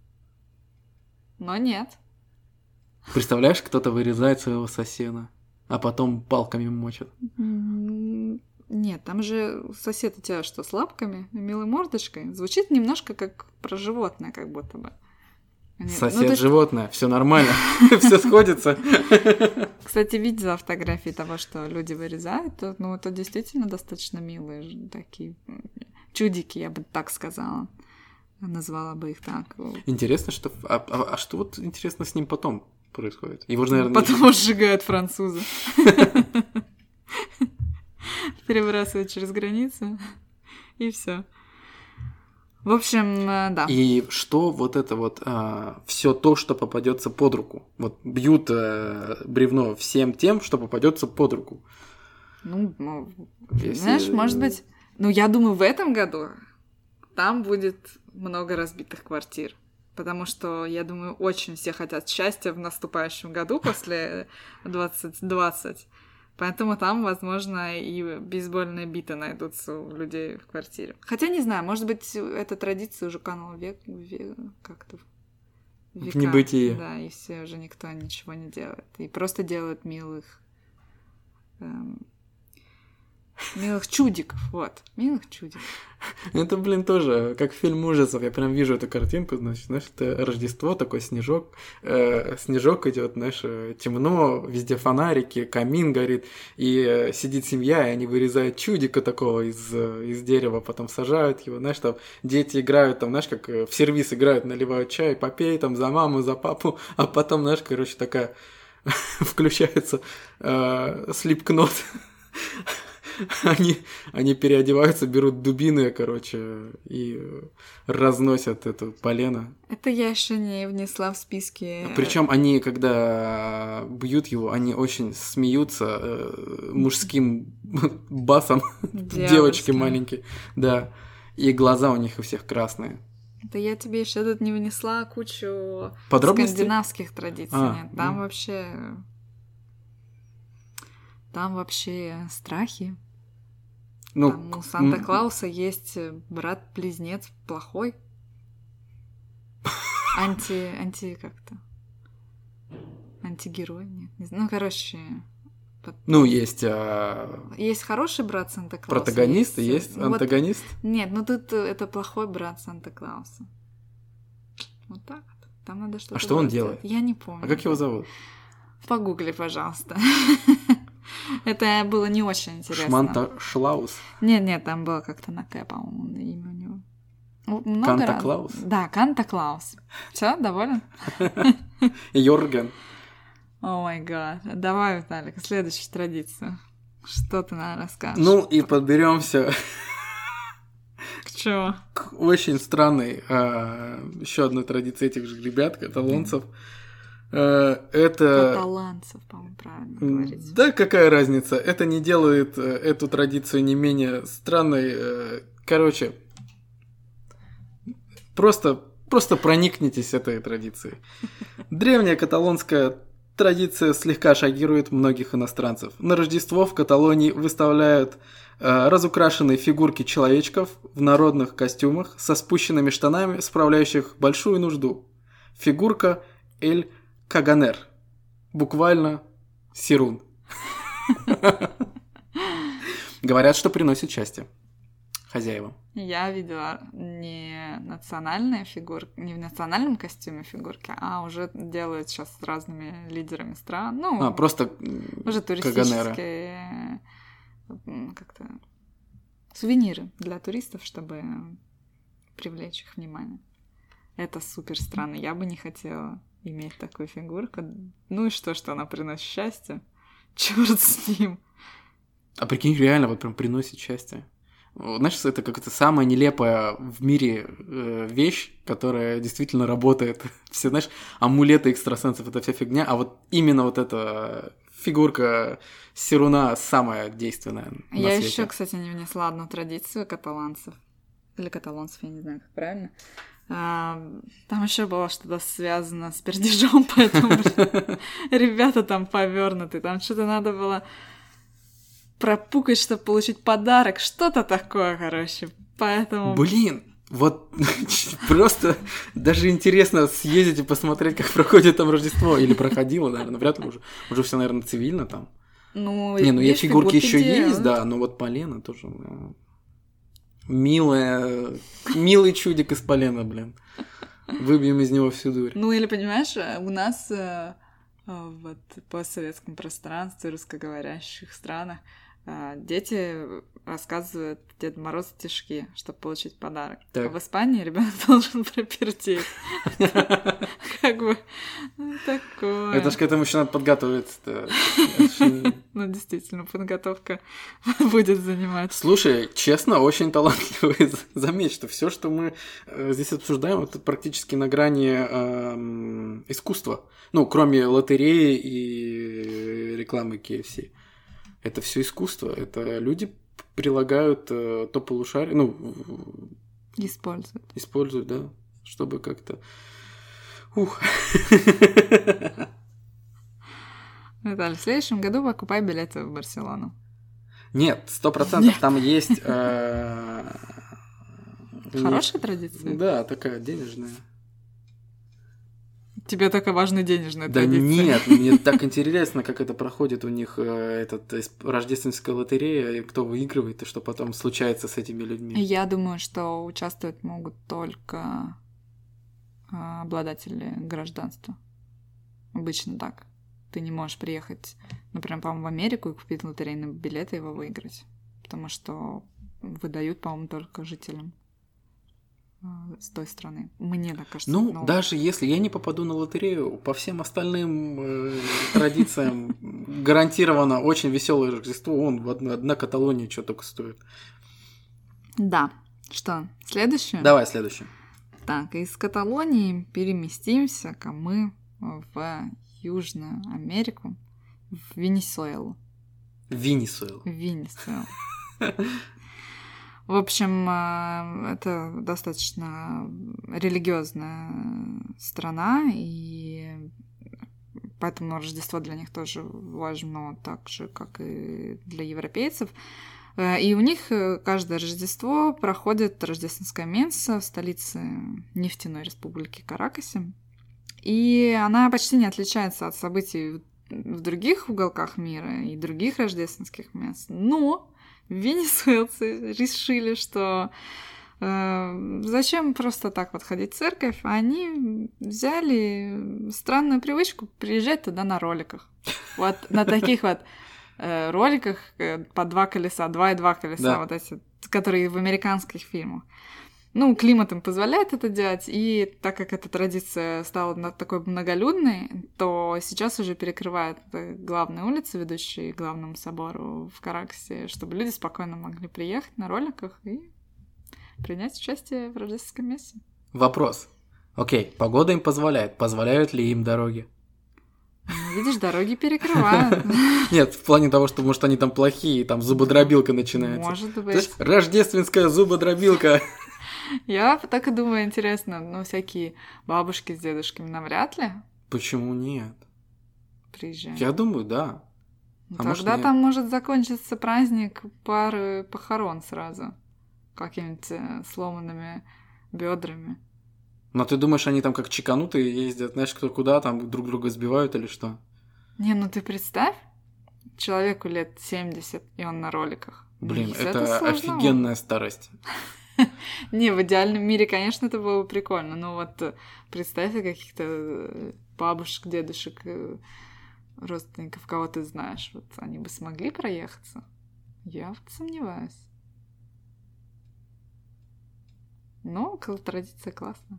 Но нет. Представляешь, кто-то вырезает своего соседа, а потом палками мочат. Нет, там же сосед у тебя что, с лапками, милой мордочкой? Звучит немножко как про животное, как будто бы. Сосед, ну, животное, все нормально, все сходится. Кстати, видела фотографии того, что люди вырезают, ну, это действительно достаточно милые такие чудики, я бы так сказала. Назвала бы их так. Интересно, что... А, а, а что вот интересно с ним потом происходит? Его же, наверное... Потом не... сжигают французы. Перебрасывают через границу, и все. В общем, да. И что вот это вот, а, все то, что попадется под руку. Вот бьют а, бревно всем тем, что попадется под руку. Ну, ну Если... знаешь, может быть... Ну, я думаю, в этом году там будет много разбитых квартир. Потому что, я думаю, очень все хотят счастья в наступающем году после двадцать двадцать. Поэтому там, возможно, и бейсбольные биты найдутся у людей в квартире. Хотя, не знаю, может быть, эта традиция уже канула век, век как-то в века. В небытие. Да, и все, уже никто ничего не делает. И просто делают милых... Эм, милых чудиков, вот. Милых чудиков. Это, блин, тоже как фильм ужасов. Я прям вижу эту картинку, значит, знаешь, это Рождество, такой снежок. Э, снежок идет, знаешь, темно, везде фонарики, камин горит, и э, сидит семья, и они вырезают чудика такого из, из дерева, потом сажают его, знаешь, там дети играют, там, знаешь, как в сервис играют, наливают чай, попей там за маму, за папу, а потом, знаешь, короче, такая включается э, слипкнот. Они, они переодеваются, берут дубины, короче, и разносят эту полено. Это я еще не внесла в списки. Причем они, когда бьют его, они очень смеются э, мужским басом девочки маленькие. Да. И глаза у них у всех красные. Это я тебе еще тут не внесла кучу подробностей? Скандинавских традиций. А, Нет, там ну. вообще... Там вообще страхи. Ну, Там у Санта-Клауса есть брат-близнец плохой. Анти... Анти как-то... Антигерой? Нет, не знаю. Ну, короче... Ну, есть... А... Есть хороший брат Санта-Клауса. Протагонист, есть, есть вот... антагонист. Нет, ну тут это плохой брат Санта-Клауса. Вот так вот. Там надо что-то... А что он делать. делает? Я не помню. А как его зовут? Погугли, пожалуйста. Это было не очень интересно. Шманта-Шлаус? Нет, нет, там было как-то на К, по-моему, имя у него. Канта-Клаус? Да, Канта-Клаус. Все, доволен? Йорген. О май гад. Давай, Виталик, следующую традицию. Что ты нам расскажешь? Ну и подберемся к чему? К очень странной а, еще одной традиции этих же ребят, каталонцев. А, это... Каталанцев, по-моему, правильно говорить. Да, какая разница? Это не делает эту традицию не менее странной. Короче, просто, просто проникнитесь этой традицией. Древняя каталонская традиция слегка шокирует многих иностранцев. На Рождество в Каталонии выставляют э, разукрашенные фигурки человечков в народных костюмах со спущенными штанами, справляющих большую нужду. Фигурка Эль Каганер. Буквально Сирун. Говорят, что приносит счастье хозяевам. Я видела не национальные фигурки, не в национальном костюме фигурки, а уже делают сейчас с разными лидерами стран. Ну, а, просто уже туристические как-то сувениры для туристов, чтобы привлечь их внимание. Это супер странно. Я бы не хотела иметь такую фигурку. Ну и что, что она приносит счастье? Чёрт с ним. А прикинь, реально вот прям приносит счастье. Знаешь, это какая-то самая нелепая в мире э, вещь, которая действительно работает. Все, знаешь, амулеты экстрасенсов — это вся фигня, а вот именно вот эта фигурка Сируна самая действенная на Я свете. еще, кстати, не внесла одну традицию каталанцев. Или каталонцев, я не знаю, как правильно. А, там еще было что-то связано с пердежом, поэтому ребята там повернуты. Там что-то надо было... пропукать, чтобы получить подарок. Что-то такое, короче. Поэтому... Блин, вот просто даже интересно съездить и посмотреть, как проходит там Рождество. Или проходило, наверное. Вряд ли уже. Уже все, наверное, цивильно там. Ну, не, ну я фигурки еще делают. есть, да, но вот полено тоже. Да. Милая, милый чудик из полена, блин. Выбьем из него всю дурь. Ну, или, понимаешь, у нас вот в постсоветском пространстве, русскоговорящих странах, дети рассказывают Деду Морозу стишки, чтобы получить подарок. Так. А в Испании ребенок должен пропердеть. Как бы такое. Это ж к этому еще надо подготовиться. Ну, действительно, подготовка будет занимать. Слушай, честно, очень талантливый. Заметь, что все, что мы здесь обсуждаем, это практически на грани искусства. Ну, кроме лотереи и рекламы кей эф си. Это все искусство. Это люди прилагают э, то полушарие, ну... Используют. Используют, да, чтобы как-то... Ух. Виталий, в следующем году покупай билеты в Барселону. Нет, сто процентов там есть... Хорошая традиция? Да, такая денежная. Тебе только важны денежные да традиции. Да нет, мне так интересно, как это проходит у них, этот, рождественская лотерея, и кто выигрывает, и что потом случается с этими людьми. Я думаю, что участвовать могут только обладатели гражданства. Обычно так. Ты не можешь приехать, например, по-моему, в Америку и купить лотерейный билет и его выиграть. Потому что выдают, по-моему, только жителям с той страны. Мне так кажется. Ну, но... даже если я не попаду на лотерею, по всем остальным э, традициям гарантированно очень веселое Рождество. Вон, одна, одна Каталония что только стоит. Да. Что, следующее? Давай, следующее. Так, из Каталонии переместимся-ка мы в Южную Америку, в Венесуэлу. Венесуэлу. В Венесуэлу. В общем, это достаточно религиозная страна, и поэтому Рождество для них тоже важно, так же, как и для европейцев. И у них каждое Рождество проходит рождественская месса в столице нефтяной республики Каракасе. И она почти не отличается от событий в других уголках мира и других рождественских мест. Но венесуэлцы решили, что э, зачем просто так вот ходить в церковь, а они взяли странную привычку приезжать туда на роликах. Вот на таких вот э, роликах э, по два колеса, два и два колеса, да. Вот эти, которые в американских фильмах. Ну, климат им позволяет это делать, и так как эта традиция стала такой многолюдной, то сейчас уже перекрывают главные улицы, ведущие к главному собору в Каракасе, чтобы люди спокойно могли приехать на роликах и принять участие в рождественской мессе. Вопрос. Окей, погода им позволяет. Позволяют ли им дороги? Ну, видишь, дороги перекрывают. Нет, в плане того, что, может, они там плохие, там зубодробилка начинается. Может быть. То есть, рождественская зубодробилка. Я так и думаю, интересно, ну, всякие бабушки с дедушками навряд ли. Почему нет? Приезжают. Я думаю, да. А Тогда может, там может закончиться праздник пары похорон сразу. Какими-нибудь сломанными бедрами. Но ты думаешь, они там как чеканутые ездят, знаешь, кто куда, там друг друга сбивают или что? Не, ну ты представь, человеку лет семьдесят, и он на роликах. Блин, это, это офигенная старость. Не, в идеальном мире, конечно, это было бы прикольно, но вот представь каких-то бабушек, дедушек, родственников, кого ты знаешь, вот они бы смогли проехаться? Я вот сомневаюсь. Но традиция классная.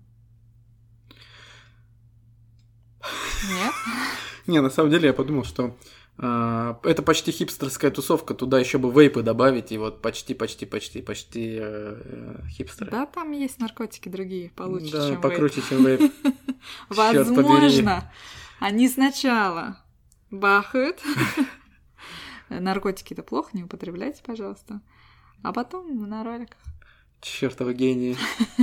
Нет? Не, на самом деле я подумал, что Uh, это почти хипстерская тусовка, туда еще бы вейпы добавить, и вот почти-почти-почти почти uh, хипстеры. Да, там есть наркотики другие, получше, да, чем покруче, вейп. чем вейп. Возможно, они сначала бахают. Наркотики-то плохо, не употребляйте, пожалуйста. А потом на роликах. Чёртовы гении.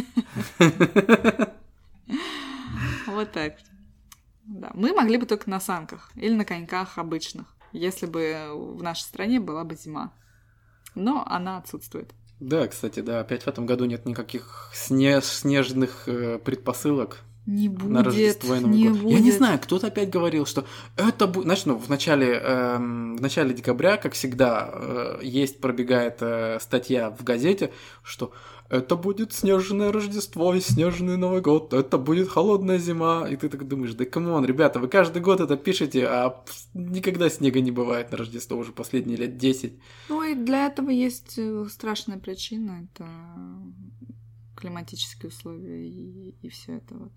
Вот так. Да, мы могли бы только на санках или на коньках обычных, если бы в нашей стране была бы зима. Но она отсутствует. Да, кстати, да, опять в этом году нет никаких снеж- снежных э, предпосылок. Не будет, на Рождество и Новый не год. будет. Я не знаю, кто-то опять говорил, что это будет... Знаешь, ну, в начале, э, в начале декабря, как всегда, э, есть, пробегает э, статья в газете, что это будет снежное Рождество и снежный Новый год, это будет холодная зима. И ты так думаешь, да камон, ребята, вы каждый год это пишете, а никогда снега не бывает на Рождество уже последние лет десять. Ну и для этого есть страшная причина, это климатические условия и, и все это вот.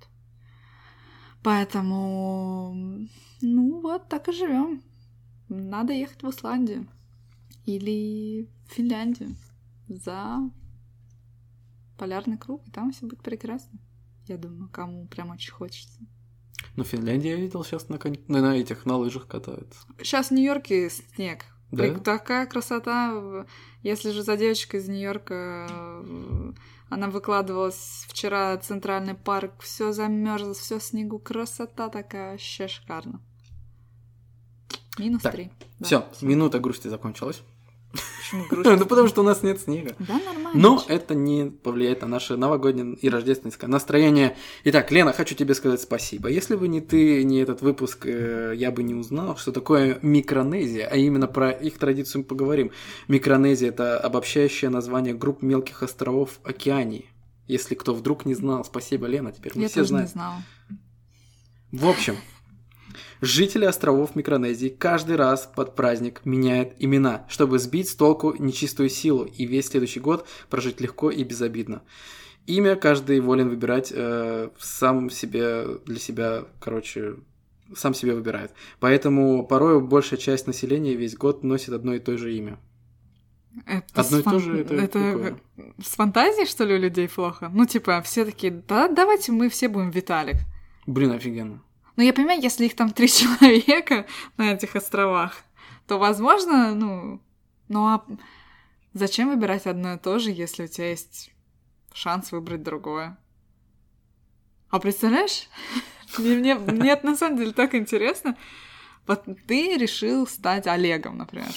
Поэтому, ну вот, так и живем. Надо ехать в Исландию или в Финляндию за полярный круг, и там все будет прекрасно. Я думаю, кому прям очень хочется. Ну, Финляндия, я видел, сейчас на, кон... на этих, на лыжах катаются. Сейчас в Нью-Йорке снег. Да? Такая красота. Если же за девочкой из Нью-Йорка, она выкладывалась вчера центральный парк, все замерзло, все в снегу, красота такая, вообще шикарно. Минус так, три. Все, да, минута грусти закончилась. Почему грустно? Ну, потому что у нас нет снега. Да, нормально. Но это не повлияет на наше новогоднее и рождественское настроение. Итак, Лена, хочу тебе сказать спасибо. Если бы не ты, не этот выпуск, я бы не узнал, что такое Микронезия, а именно про их традицию мы поговорим. Микронезия – это обобщающее название групп мелких островов Океании. Если кто вдруг не знал, спасибо, Лена, теперь мы я все знаем. Я тоже не знала. В общем... Жители островов Микронезии каждый раз под праздник меняют имена, чтобы сбить с толку нечистую силу и весь следующий год прожить легко и безобидно. Имя каждый волен выбирать э, сам себе, для себя, короче, сам себе выбирает. Поэтому порой большая часть населения весь год носит одно и то же имя. Это одно и фан... то же, это, это прикольно. С фантазией, что ли, у людей плохо? Ну, типа, все такие, да, давайте мы все будем Виталик. Блин, офигенно. Ну, я понимаю, если их там три человека на этих островах, то, возможно, ну... Ну, а Зачем выбирать одно и то же, если у тебя есть шанс выбрать другое? А представляешь? Мне, мне это на самом деле так интересно. Вот ты решил стать Олегом, например.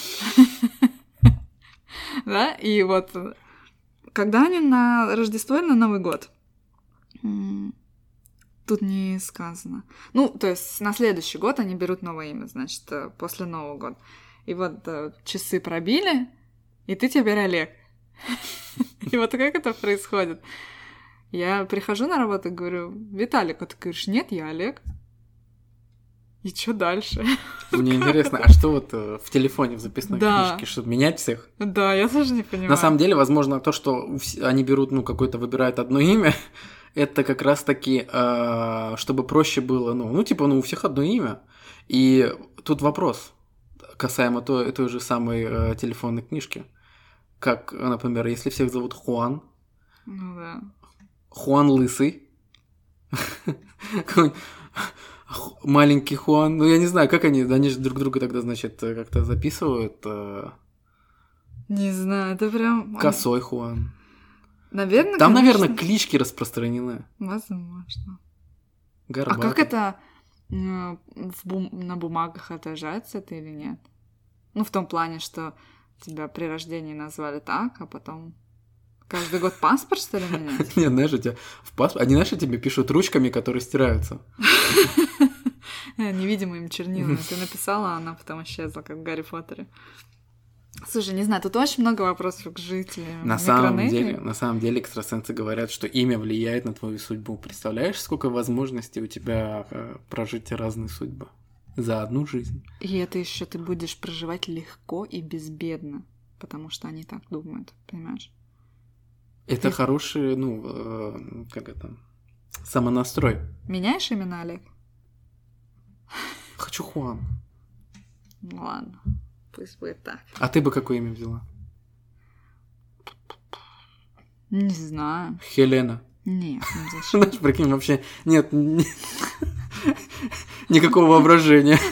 Да? И вот когда они на Рождество или на Новый год? Тут не сказано. Ну, то есть на следующий год они берут новое имя, значит, после Нового года. И вот часы пробили, и ты теперь Олег. И вот как это происходит? Я прихожу на работу и говорю: Виталик, а ты говоришь: нет, я Олег. И что дальше? Мне интересно, а что вот в телефоне, в записной да. книжке, чтобы менять всех? Да, я тоже не понимаю. На самом деле, возможно, то, что они берут, ну, какое-то, выбирают одно имя, это как раз-таки, э, чтобы проще было, ну, ну, типа, ну, у всех одно имя. И тут вопрос касаемо той, той же самой э, телефонной книжки. Как, например, если всех зовут Хуан, ну, да. Хуан Лысый, маленький Хуан, ну, я не знаю, как они, они же друг друга тогда, значит, как-то записывают. Не знаю, это прям... Косой Хуан. Наверное, Там, конечно... наверное, клички распространены. Возможно. Горбатый. А как это э, в бум... на бумагах отражается это или нет? Ну, в том плане, что тебя при рождении назвали так, а потом каждый год паспорт, что ли, менять? Нет, знаешь, у тебя в паспорт... Они, знаешь, тебе пишут ручками, которые стираются. Невидимыми чернилами. Ты написала, а она потом исчезла, как в Гарри Поттере. Слушай, не знаю, тут очень много вопросов к жителям. На самом деле, на самом деле экстрасенсы говорят, что имя влияет на твою судьбу. Представляешь, сколько возможностей у тебя прожить разные судьбы за одну жизнь? И это еще ты будешь проживать легко и безбедно, потому что они так думают, понимаешь? Это ты... хороший, ну, э, как это, самонастрой. Меняешь имена, Олег? Хочу Хуан. Ну ладно. Пусть будет так. А ты бы какое имя взяла? Не знаю. Хелена. Нет, ну зачем? Знаешь, прикинь, вообще нет никакого воображения.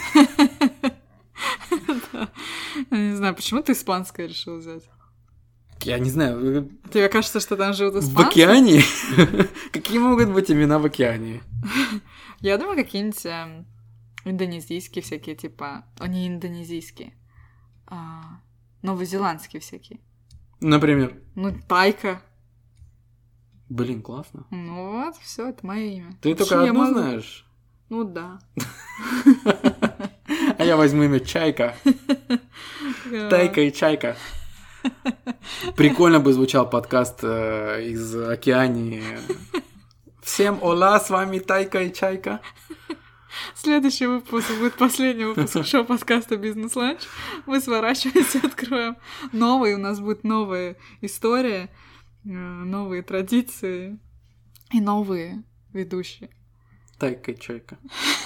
Не знаю, почему ты испанское решил взять? Я не знаю. Тебе кажется, что там живут испанцы? В океане? Какие могут быть имена в океане? Я думаю, какие-нибудь индонезийские всякие, типа... Они индонезийские. А, новозеландские всякие. Например? Ну, Тайка. Блин, классно. Ну вот, все, это мое имя. Ты Вообще, только одно могу... знаешь? Ну да. А я возьму имя Чайка. Тайка и Чайка. Прикольно бы звучал подкаст э, из Океании. Всем ола, с вами Тайка и Чайка. Следующий выпуск будет последний выпуск шоу-подкаста «Бизнес-ланч». Мы сворачиваемся, откроем новый. У нас будет новая история, новые традиции и новые ведущие. Тайка и Чайка.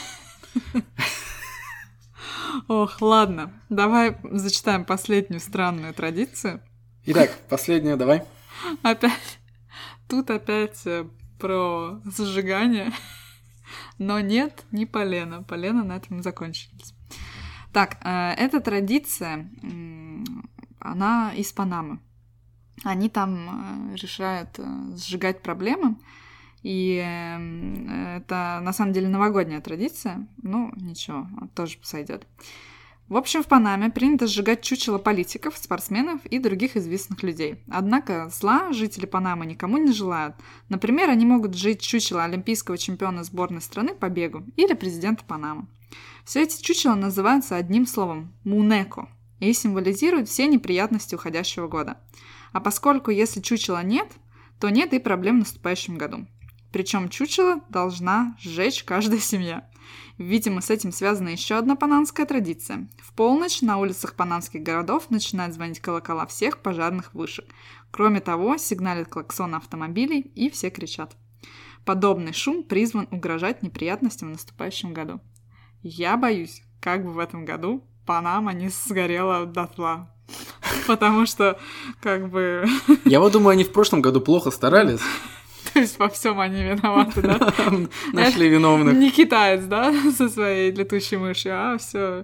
Ох, ладно. Давай зачитаем последнюю странную традицию. Итак, последняя, давай. Опять. Тут опять про зажигание. Но нет, не полено. Полено на этом закончились. Так, эта традиция, она из Панамы. Они там решают сжигать проблемы. И это, на самом деле, новогодняя традиция. Ну, ничего, тоже сойдет. В общем, в Панаме принято сжигать чучело политиков, спортсменов и других известных людей. Однако зла жители Панамы никому не желают. Например, они могут сжечь чучело олимпийского чемпиона сборной страны по бегу или президента Панамы. Все эти чучела называются одним словом – мунеко и символизируют все неприятности уходящего года. А поскольку если чучела нет, то нет и проблем в наступающем году. Причем чучело должна сжечь каждая семья. Видимо, с этим связана еще одна панамская традиция. В полночь на улицах панамских городов начинают звонить колокола всех пожарных вышек. Кроме того, сигналят клаксоны автомобилей, и все кричат. Подобный шум призван угрожать неприятностям в наступающем году. Я боюсь, как бы в этом году Панама не сгорела дотла. Потому что, как бы... Я вот думаю, они в прошлом году плохо старались. То есть во всем они виноваты, да? Нашли виновных. Не китаец, да, со своей летучей мышью, а все в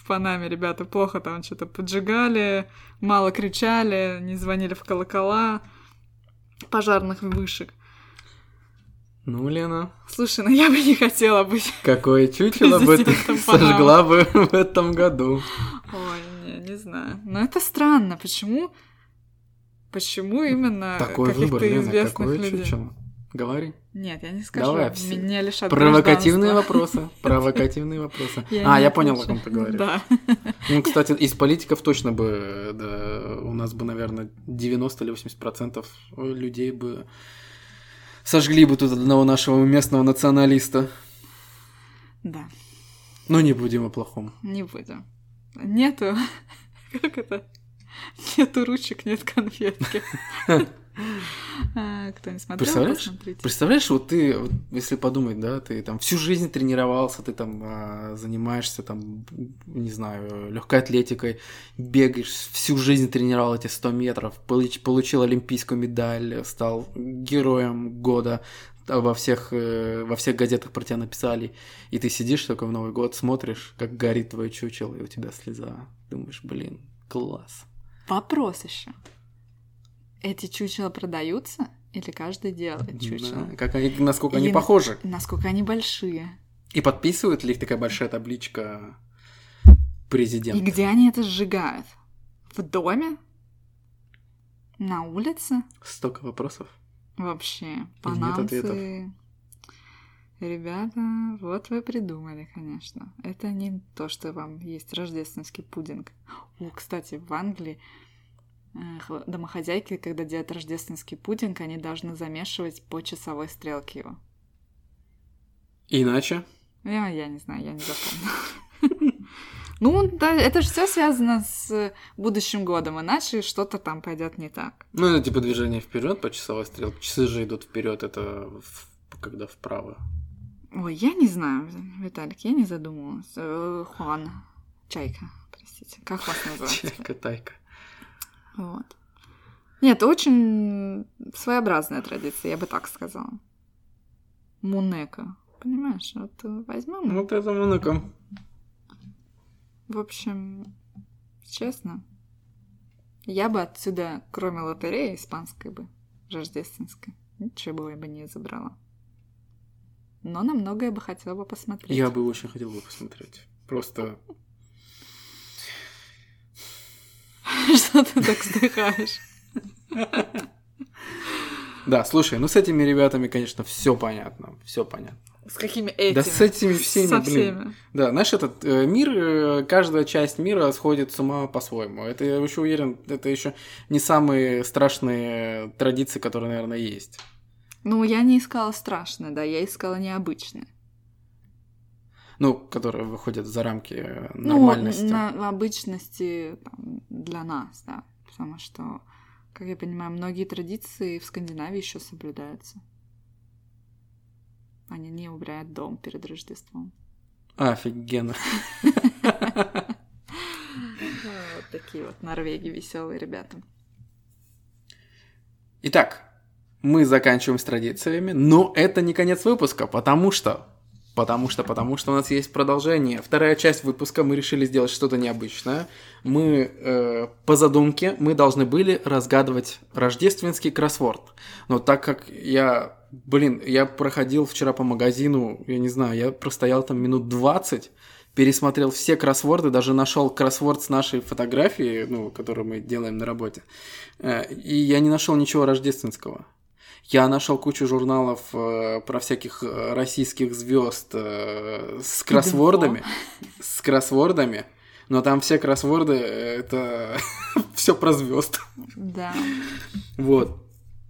Панаме, ребята, плохо там что-то поджигали, мало кричали, не звонили в колокола пожарных вышек. Ну, Лена. Слушай, ну я бы не хотела быть... Какое чучело бы ты сожгла бы в этом году? Ой, не, не знаю. Но это странно. Почему... Почему именно такой каких-то выбор, Лена, известных какое людей? Чучело? Говори. Нет, я не скажу. Давай, меня лишат провокативные вопросы. Провокативные вопросы. А, я понял, о ком ты говоришь. Да. Ну, кстати, из политиков точно бы, да, у нас бы, наверное, девяносто или восемьдесят процентов людей бы сожгли бы тут одного нашего местного националиста. Да. Но не будем о плохом. Не будем. Нету... Как это? Нету ручек, нет конфетки. Кто не смотрел, представляешь, посмотрите. Представляешь, вот ты, вот, если подумать, да, ты там всю жизнь тренировался, ты там а, занимаешься там, не знаю, легкой атлетикой, бегаешь, всю жизнь тренировал эти сто метров, получ, получил олимпийскую медаль, стал героем года, во всех, во всех газетах про тебя написали, и ты сидишь только в Новый год, смотришь, как горит твое чучело, и у тебя слеза. Думаешь, блин, класс. Вопрос еще. Эти чучела продаются или каждый делает чучело? Да, как они, насколько и они похожи. Насколько они большие. И подписывают ли их такая большая табличка президента? И где они это сжигают? В доме? На улице? Столько вопросов. Вообще, панамцы... Ребята, вот вы придумали, конечно. Это не то, что вам есть рождественский пудинг. О, кстати, в Англии домохозяйки, когда делают рождественский пудинг, они должны замешивать по часовой стрелке его. Иначе? Я, я не знаю, я не запомнила. Ну, да, это же все связано с будущим годом, иначе что-то там пойдет не так. Ну, это типа движение вперед по часовой стрелке. Часы же идут вперед, это в... когда вправо. Ой, я не знаю, Виталик, я не задумывалась. Хуан, Чайка, простите. Как вас называется? Чайка, Тайка. Вот. Нет, очень своеобразная традиция, я бы так сказала. Мунека. Понимаешь, вот возьмем. Вот это Мунека. В общем, честно, я бы отсюда, кроме лотереи испанской бы, рождественской, ничего я бы не забрала. Но на многое бы хотела бы посмотреть. Я бы очень хотела бы посмотреть. Просто... Что ты так вздыхаешь? Да, слушай, ну с этими ребятами, конечно, все понятно, все понятно. С какими этими? Да с этими всеми, Со блин. всеми. Да, знаешь, этот э, мир, э, каждая часть мира сходит с ума по-своему. Это, я еще уверен, это еще не самые страшные традиции, которые, наверное, есть. Ну, я не искала страшное, да, я искала необычное. Ну, которые выходят за рамки нормальности. Ну, на обычности там, для нас, да. Потому что, как я понимаю, многие традиции в Скандинавии еще соблюдаются. Они не убирают дом перед Рождеством. Офигенно. Вот такие вот Норвегии веселые ребята. Итак, мы заканчиваем с традициями, но это не конец выпуска, потому что... Потому что, потому что у нас есть продолжение. Вторая часть выпуска, мы решили сделать что-то необычное. Мы, э, по задумке, мы должны были разгадывать рождественский кроссворд. Но так как я, блин, я проходил вчера по магазину, я не знаю, я простоял там минут двадцать, пересмотрел все кроссворды, даже нашел кроссворд с нашей фотографией, ну, которую мы делаем на работе, э, и я не нашел ничего рождественского. Я нашел кучу журналов э, про всяких российских звезд э, с кроссвордами, с кроссвордами, но там все кроссворды это все про звезд. Да. Вот.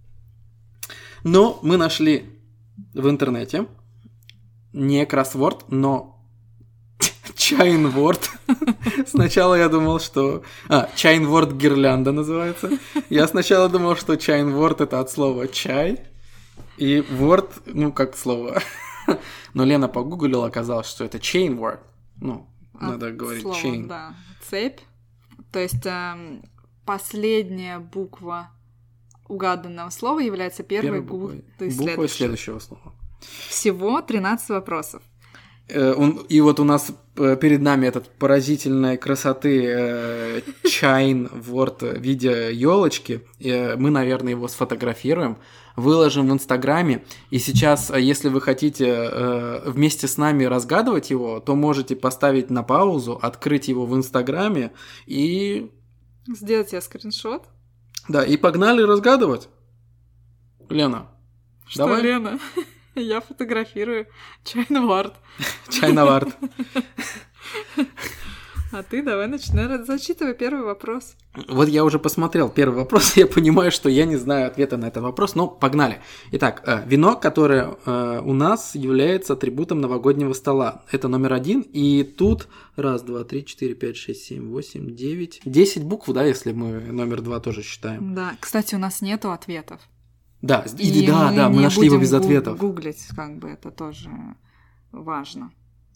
Но мы нашли в интернете не кроссворд, но чайнворд. Сначала я думал, что... А, чайнворд гирлянда называется. Я сначала думал, что чайнворд это от слова чай. И ворд, ну, как слово. Но Лена погуглила, оказалось, что это чейнворд. Ну, от надо говорить слова, chain. Да, цепь. То есть эм, последняя буква угаданного слова является первой, первой буквой. буквой Буквой следующего слова. Всего тринадцать вопросов. И вот у нас перед нами этот поразительной красоты чайн ворд в виде елочки. Мы, наверное, его сфотографируем, выложим в Инстаграме. И сейчас, если вы хотите вместе с нами разгадывать его, то можете поставить на паузу, открыть его в Инстаграме и... Сделать себе скриншот. Да, и погнали разгадывать. Лена, Что, давай. Лена? Я фотографирую чайновард. Чайновард. А ты давай начинай, зачитывай первый вопрос. Вот я уже посмотрел первый вопрос, я понимаю, что я не знаю ответа на этот вопрос, но погнали. Итак, вино, которое у нас является атрибутом новогоднего стола. Это номер один, и тут раз, два, три, четыре, пять, шесть, семь, восемь, девять, десять букв, да, если мы номер два тоже считаем. Да, кстати, у нас нету ответов. Да, и, и да, мы да, мы нашли его без ответов. Гуглить, как бы, это тоже важно.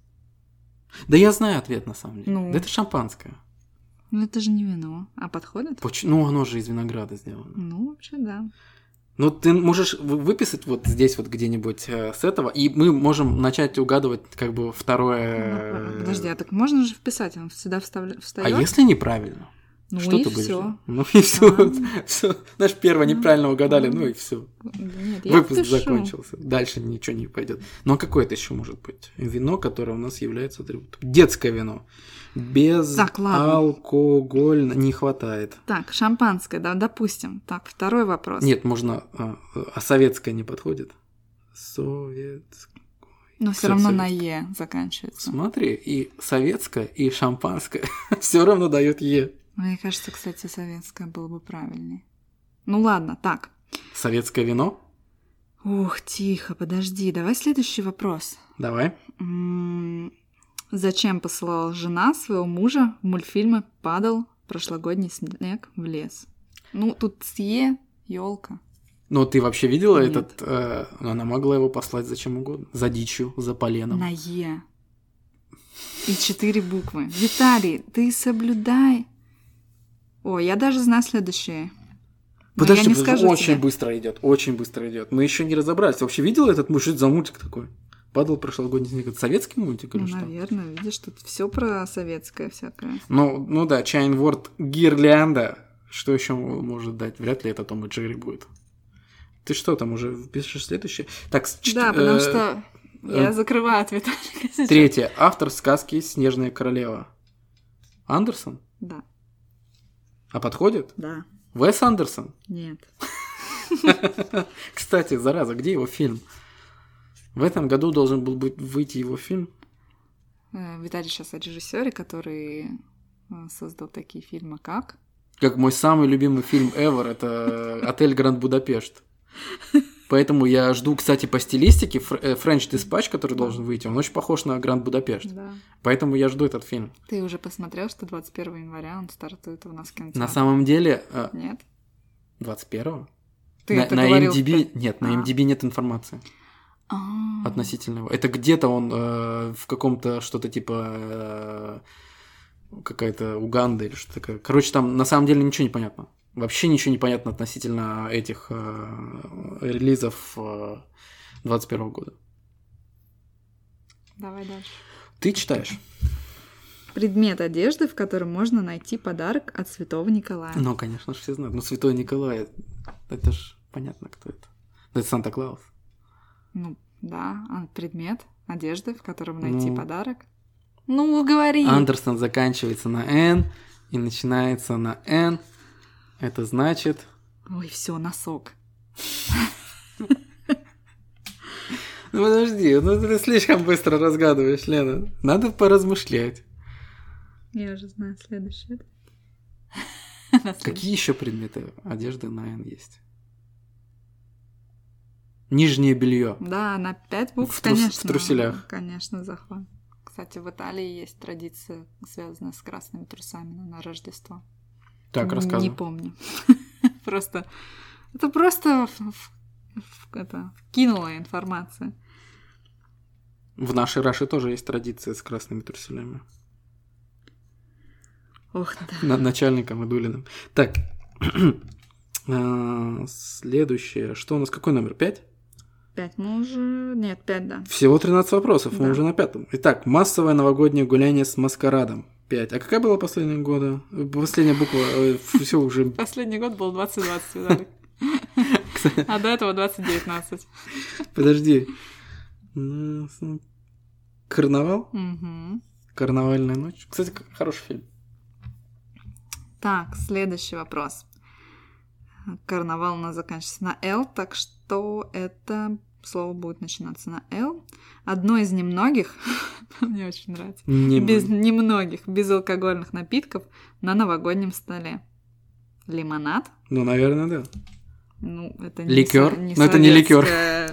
Да я знаю ответ, на самом деле. Ну. Да это шампанское. Ну, это же не вино. А подходит? Поч- ну, оно же из винограда сделано. Ну, вообще, да. Ну, ты можешь выписать вот здесь вот где-нибудь э, с этого, и мы можем начать угадывать как бы второе... Ну, подожди, а так можно же вписать? Он всегда вставля... встаёт? А если неправильно? Ну что и ты будешь? всё. Ну и все. А. Все. Знаешь, первое неправильно угадали, ну и все. Нет, я Выпуск впишу. закончился. Дальше ничего не пойдет. Ну а какое это еще может быть? Вино, которое у нас является атрибутом. Детское вино. Без Так, ладно. алкоголь не хватает. Так, шампанское, да, допустим. Так, второй вопрос. Нет, можно. А, а советское не подходит? Советское. Но все Всё, равно совет. на Е заканчивается. Смотри, и советское, и шампанское все равно дает Е. Мне кажется, кстати, советское было бы правильнее. Ну ладно, так. Советское вино? Ух, тихо, подожди. Давай следующий вопрос. Давай. М, Зачем посылала жена своего мужа в мультфильме «Падал прошлогодний снег в лес»? Ну, тут с Е, елка. Ну, ты вообще видела Нет. этот... э, она могла его послать зачем угодно. За дичью, за поленом. На Е. И четыре буквы. Виталий, ты соблюдай. Ой, я даже знаю следующее. Но Подожди, я не подожди, скажу очень тебе. быстро идет, очень быстро идет. Мы еще не разобрались. Ты вообще видела этот мультик? Что это за мультик такой? Падал прошлогодний снег. Это советский мультик или Ну, что? наверное, видишь, тут все про советское всякое. Ну, ну да, Чайн Ворд Гирлянда. Что еще может дать? Вряд ли это Том и Джерри будет. Ты что там уже пишешь следующее? Так, с чет- Да, потому э, что э, я закрываю от Виталика сейчас. Третье. Автор сказки «Снежная королева». Андерсон? Да, А подходит? да, Уэс Андерсон? нет. Кстати, зараза, где его фильм? В этом году должен был быть выйти его фильм. Э, Виталий сейчас о режиссере, который э, создал такие фильмы, как... Как мой самый любимый фильм ever, это «Отель Гранд Будапешт». Поэтому я жду, кстати, по стилистике Фр- э, French Dispatch, который должен выйти. Он очень похож на Гранд Будапешт. Да. Поэтому я жду этот фильм. Ты уже посмотрел, что двадцать первого января он стартует у нас в кинотеатре? На самом деле... э, Нет? двадцать первого? Ты на, это на говорил, IMDb... что- Нет, на А. IMDb нет информации А. относительно его. Это где-то он э, в каком-то что-то типа... э, какая-то Уганда или что-то такое. Короче, там на самом деле ничего не понятно. Вообще ничего не понятно относительно этих э, релизов э, двадцать первого года. Давай дальше. Ты читаешь? Предмет одежды, в котором можно найти подарок от Святого Николая. Ну, конечно же, все знают. Ну, Святой Николай, это ж понятно, кто это. Это Санта-Клаус. Ну, да, а предмет одежды, в котором найти Ну. подарок. Ну, говори. Андерсон заканчивается на Н и начинается на Н. Это значит... Ой, все, носок. Ну, подожди, ну ты слишком быстро разгадываешь, Лена. Надо поразмышлять. Я уже знаю следующее. Какие еще предметы одежды на Н есть? Нижнее белье. Да, на пять букв, В трус- конечно. в труселях. Конечно, захват. Кстати, в Италии есть традиция, связанная с красными трусами на Рождество. Так, Не рассказывай. помню. Просто... Это просто в- в- в- это, кинула информация. В нашей Раше тоже есть традиция с красными труселями. Ох, да. Над начальником Идулиным. Так, э, следующее. Что у нас? Какой номер? Пять? Пять мы уже... Нет, пять, да. Всего тринадцать вопросов, Да. мы уже на пятом. Итак, массовое новогоднее гуляние с маскарадом. Пять. А какая была последняя года? Последняя буква, все уже... Последний год был двадцать двадцать, Виталик. А до этого двадцать девятнадцать. Подожди. Карнавал? Угу. Карнавальная ночь. Кстати, хороший фильм. Так, следующий вопрос. Карнавал у нас заканчивается на «Л», так что это слово будет начинаться на «Л». Одно из немногих, мне очень нравится, Не без немногих безалкогольных напитков на новогоднем столе. Лимонад. Ну, наверное, да. Ну, это ликер? Не Но это не ликер.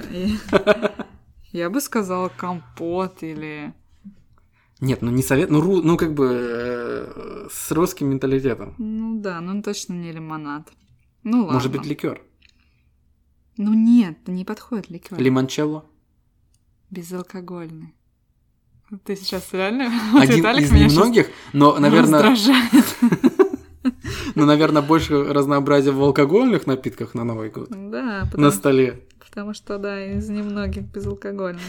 Я бы сказала компот или... Нет, ну не совет, ну, ру, ну как бы э, с русским менталитетом. Ну да, ну точно не лимонад. Ну ладно. Может быть, ликер. Ну нет, не подходит ликер. Лимончелло. Безалкогольный. Ты сейчас реально... Один из немногих, но, наверное... раздражает. Ну, наверное, больше разнообразия в алкогольных напитках на Новый год. Да. Потому, на столе. Потому что, да, из немногих безалкогольных.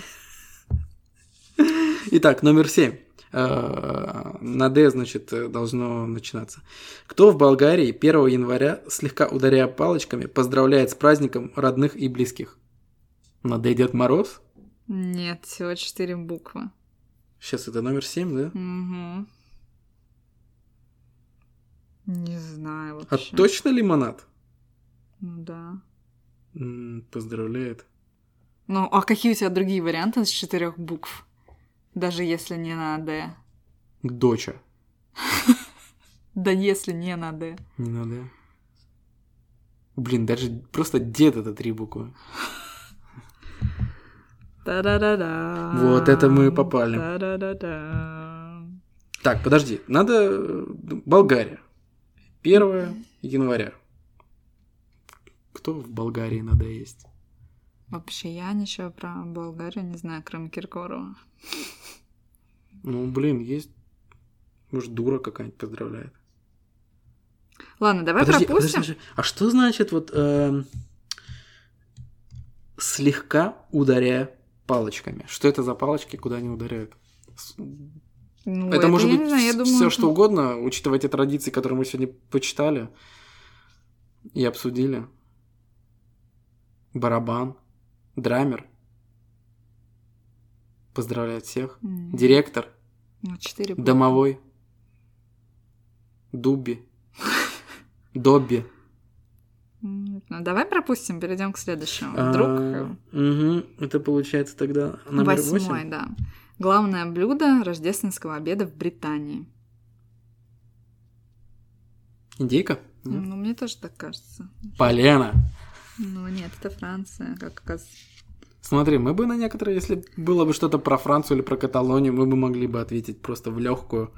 Итак, номер семь. На «Д», значит, должно начинаться. Кто в Болгарии первого января, слегка ударяя палочками, поздравляет с праздником родных и близких? На «Д» Дед Мороз? Нет, всего четыре буквы. Сейчас это номер семь, да? Угу. Не знаю А вообще. точно лимонад? Ну да. М, поздравляет. Ну, а какие у тебя другие варианты из четырех букв? Даже если не на «Д». Доча. Да если не на «Д». Не надо. Блин, даже просто дед это три буквы. Та-да-да-да. Вот это мы попали. Та-да-да-да. Так, подожди. Надо... Болгария. первого января. Кто в Болгарии на «Д» есть? Вообще, я ничего про Болгарию не знаю, кроме Киркорова. Ну, блин, есть... Может, дура какая-нибудь поздравляет. Ладно, давай Подожди, пропустим. подожди, подожди. А что значит вот эм, слегка ударяя палочками? Что это за палочки, куда они ударяют? Ну, это, это может я быть не знаю, я думаю, все это- что угодно, учитывая те традиции, которые мы сегодня почитали и обсудили. Барабан, драмер. Поздравляет всех. М. Директор, Ну, четыре буквы. домовой, Дубби, Добби. М, Ну, давай пропустим, перейдем к следующему. Вдруг... А, мгм, это получается тогда номер Восьмой, восемь. да. Главное блюдо рождественского обеда в Британии. Индейка? Нет? Ну, мне тоже так кажется. Полена. Ну, нет, это Франция, как оказывается. Смотри, мы бы на некоторые, если было бы что-то про Францию или про Каталонию, мы бы могли бы ответить просто в легкую.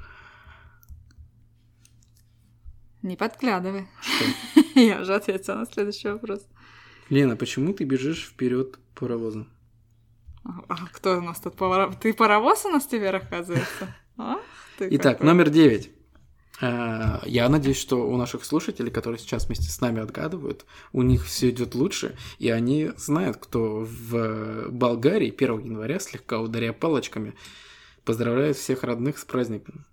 Не подглядывай. Что? Я уже ответила на следующий вопрос. Лена, почему ты бежишь вперед паровозом? А а кто у нас тут паровоз? Ты паровоз у нас теперь, оказывается? А? Ты Итак, какой. номер девять. А, Я надеюсь, что у наших слушателей, которые сейчас вместе с нами отгадывают, у них все идет лучше, и они знают, кто в Болгарии первого января, слегка ударяя палочками, поздравляет всех родных с праздником.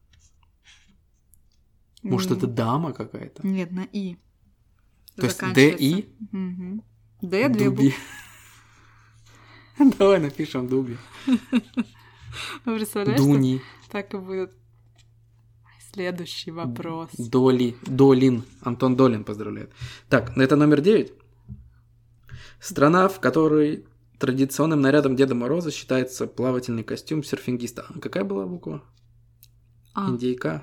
Может, М, это дама какая-то? Нет, на «и». То есть Заканчивается. Д-И? Мгм. Д, две Дуби. буквы. Давай напишем Дуби. Представляешь, что Дуни. так и будет? Следующий вопрос. Доли. Долин. Антон Долин поздравляет. Так, это номер девять. Страна, в которой традиционным нарядом Деда Мороза считается плавательный костюм серфингиста. А какая была буква? А, Индейка.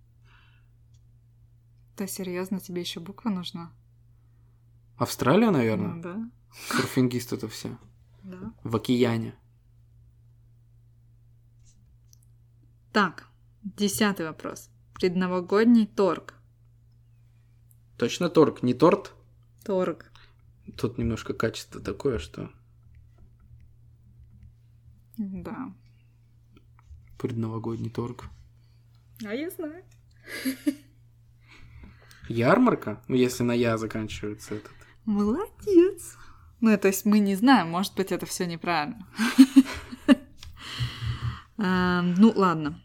да серьезно, тебе еще буква нужна? Австралия, наверное? Ну, да. Серфингисты это все. Да. В океане. Так, десятый вопрос. Предновогодний торг. Точно торг, не торт? Торг. Тут немножко качество такое, что Да. предновогодний торг. А я знаю. Ярмарка? Ну, если на «я» заканчивается этот. Молодец. Ну, то есть мы не знаем, может быть, это все неправильно. Ну, ладно.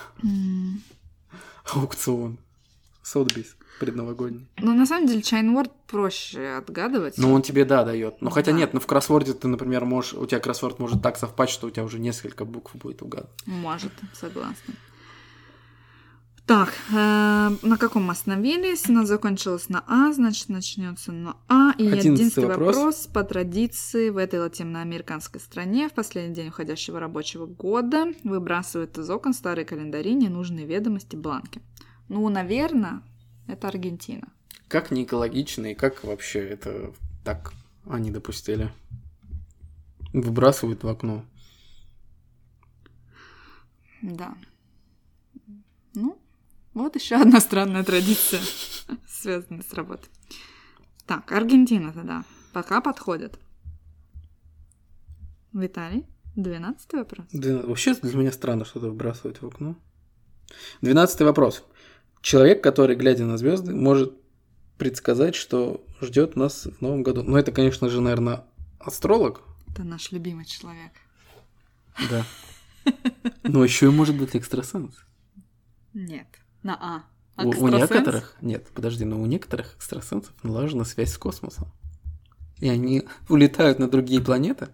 Аукцион. Сотбис предновогодний. Ну, на самом деле, чайнворд проще отгадывать. Ну, он тебе, да, дает. Но хотя нет, но в кроссворде ты, например, можешь... У тебя кроссворд может так совпасть, что у тебя уже несколько букв будет угадывать. Может, согласна. Так, э, на каком мы остановились? У нас закончилось на А, значит, начнется на А. И одиннадцатый вопрос. вопрос. По традиции в этой латиноамериканской стране в последний день уходящего рабочего года выбрасывают из окон старые календари, ненужные ведомости, бланки. Ну, наверное, это Аргентина. Как не экологично и как вообще это так они допустили? Выбрасывают в окно. Да. Ну, вот еще одна странная традиция, связанная с работой. Так, Аргентина тогда. Пока подходит. Виталий, двенадцатый вопрос. Да, вообще для меня странно что-то выбрасывать в окно. Двенадцатый вопрос. Человек, который, глядя на звезды, может предсказать, что ждет нас в новом году. Ну, это, конечно же, наверное, астролог. Это наш любимый человек. Да. Но еще и может быть экстрасенс. Нет, на А. У, у некоторых, нет, подожди, но у некоторых экстрасенсов налажена связь с космосом. И они улетают на другие планеты.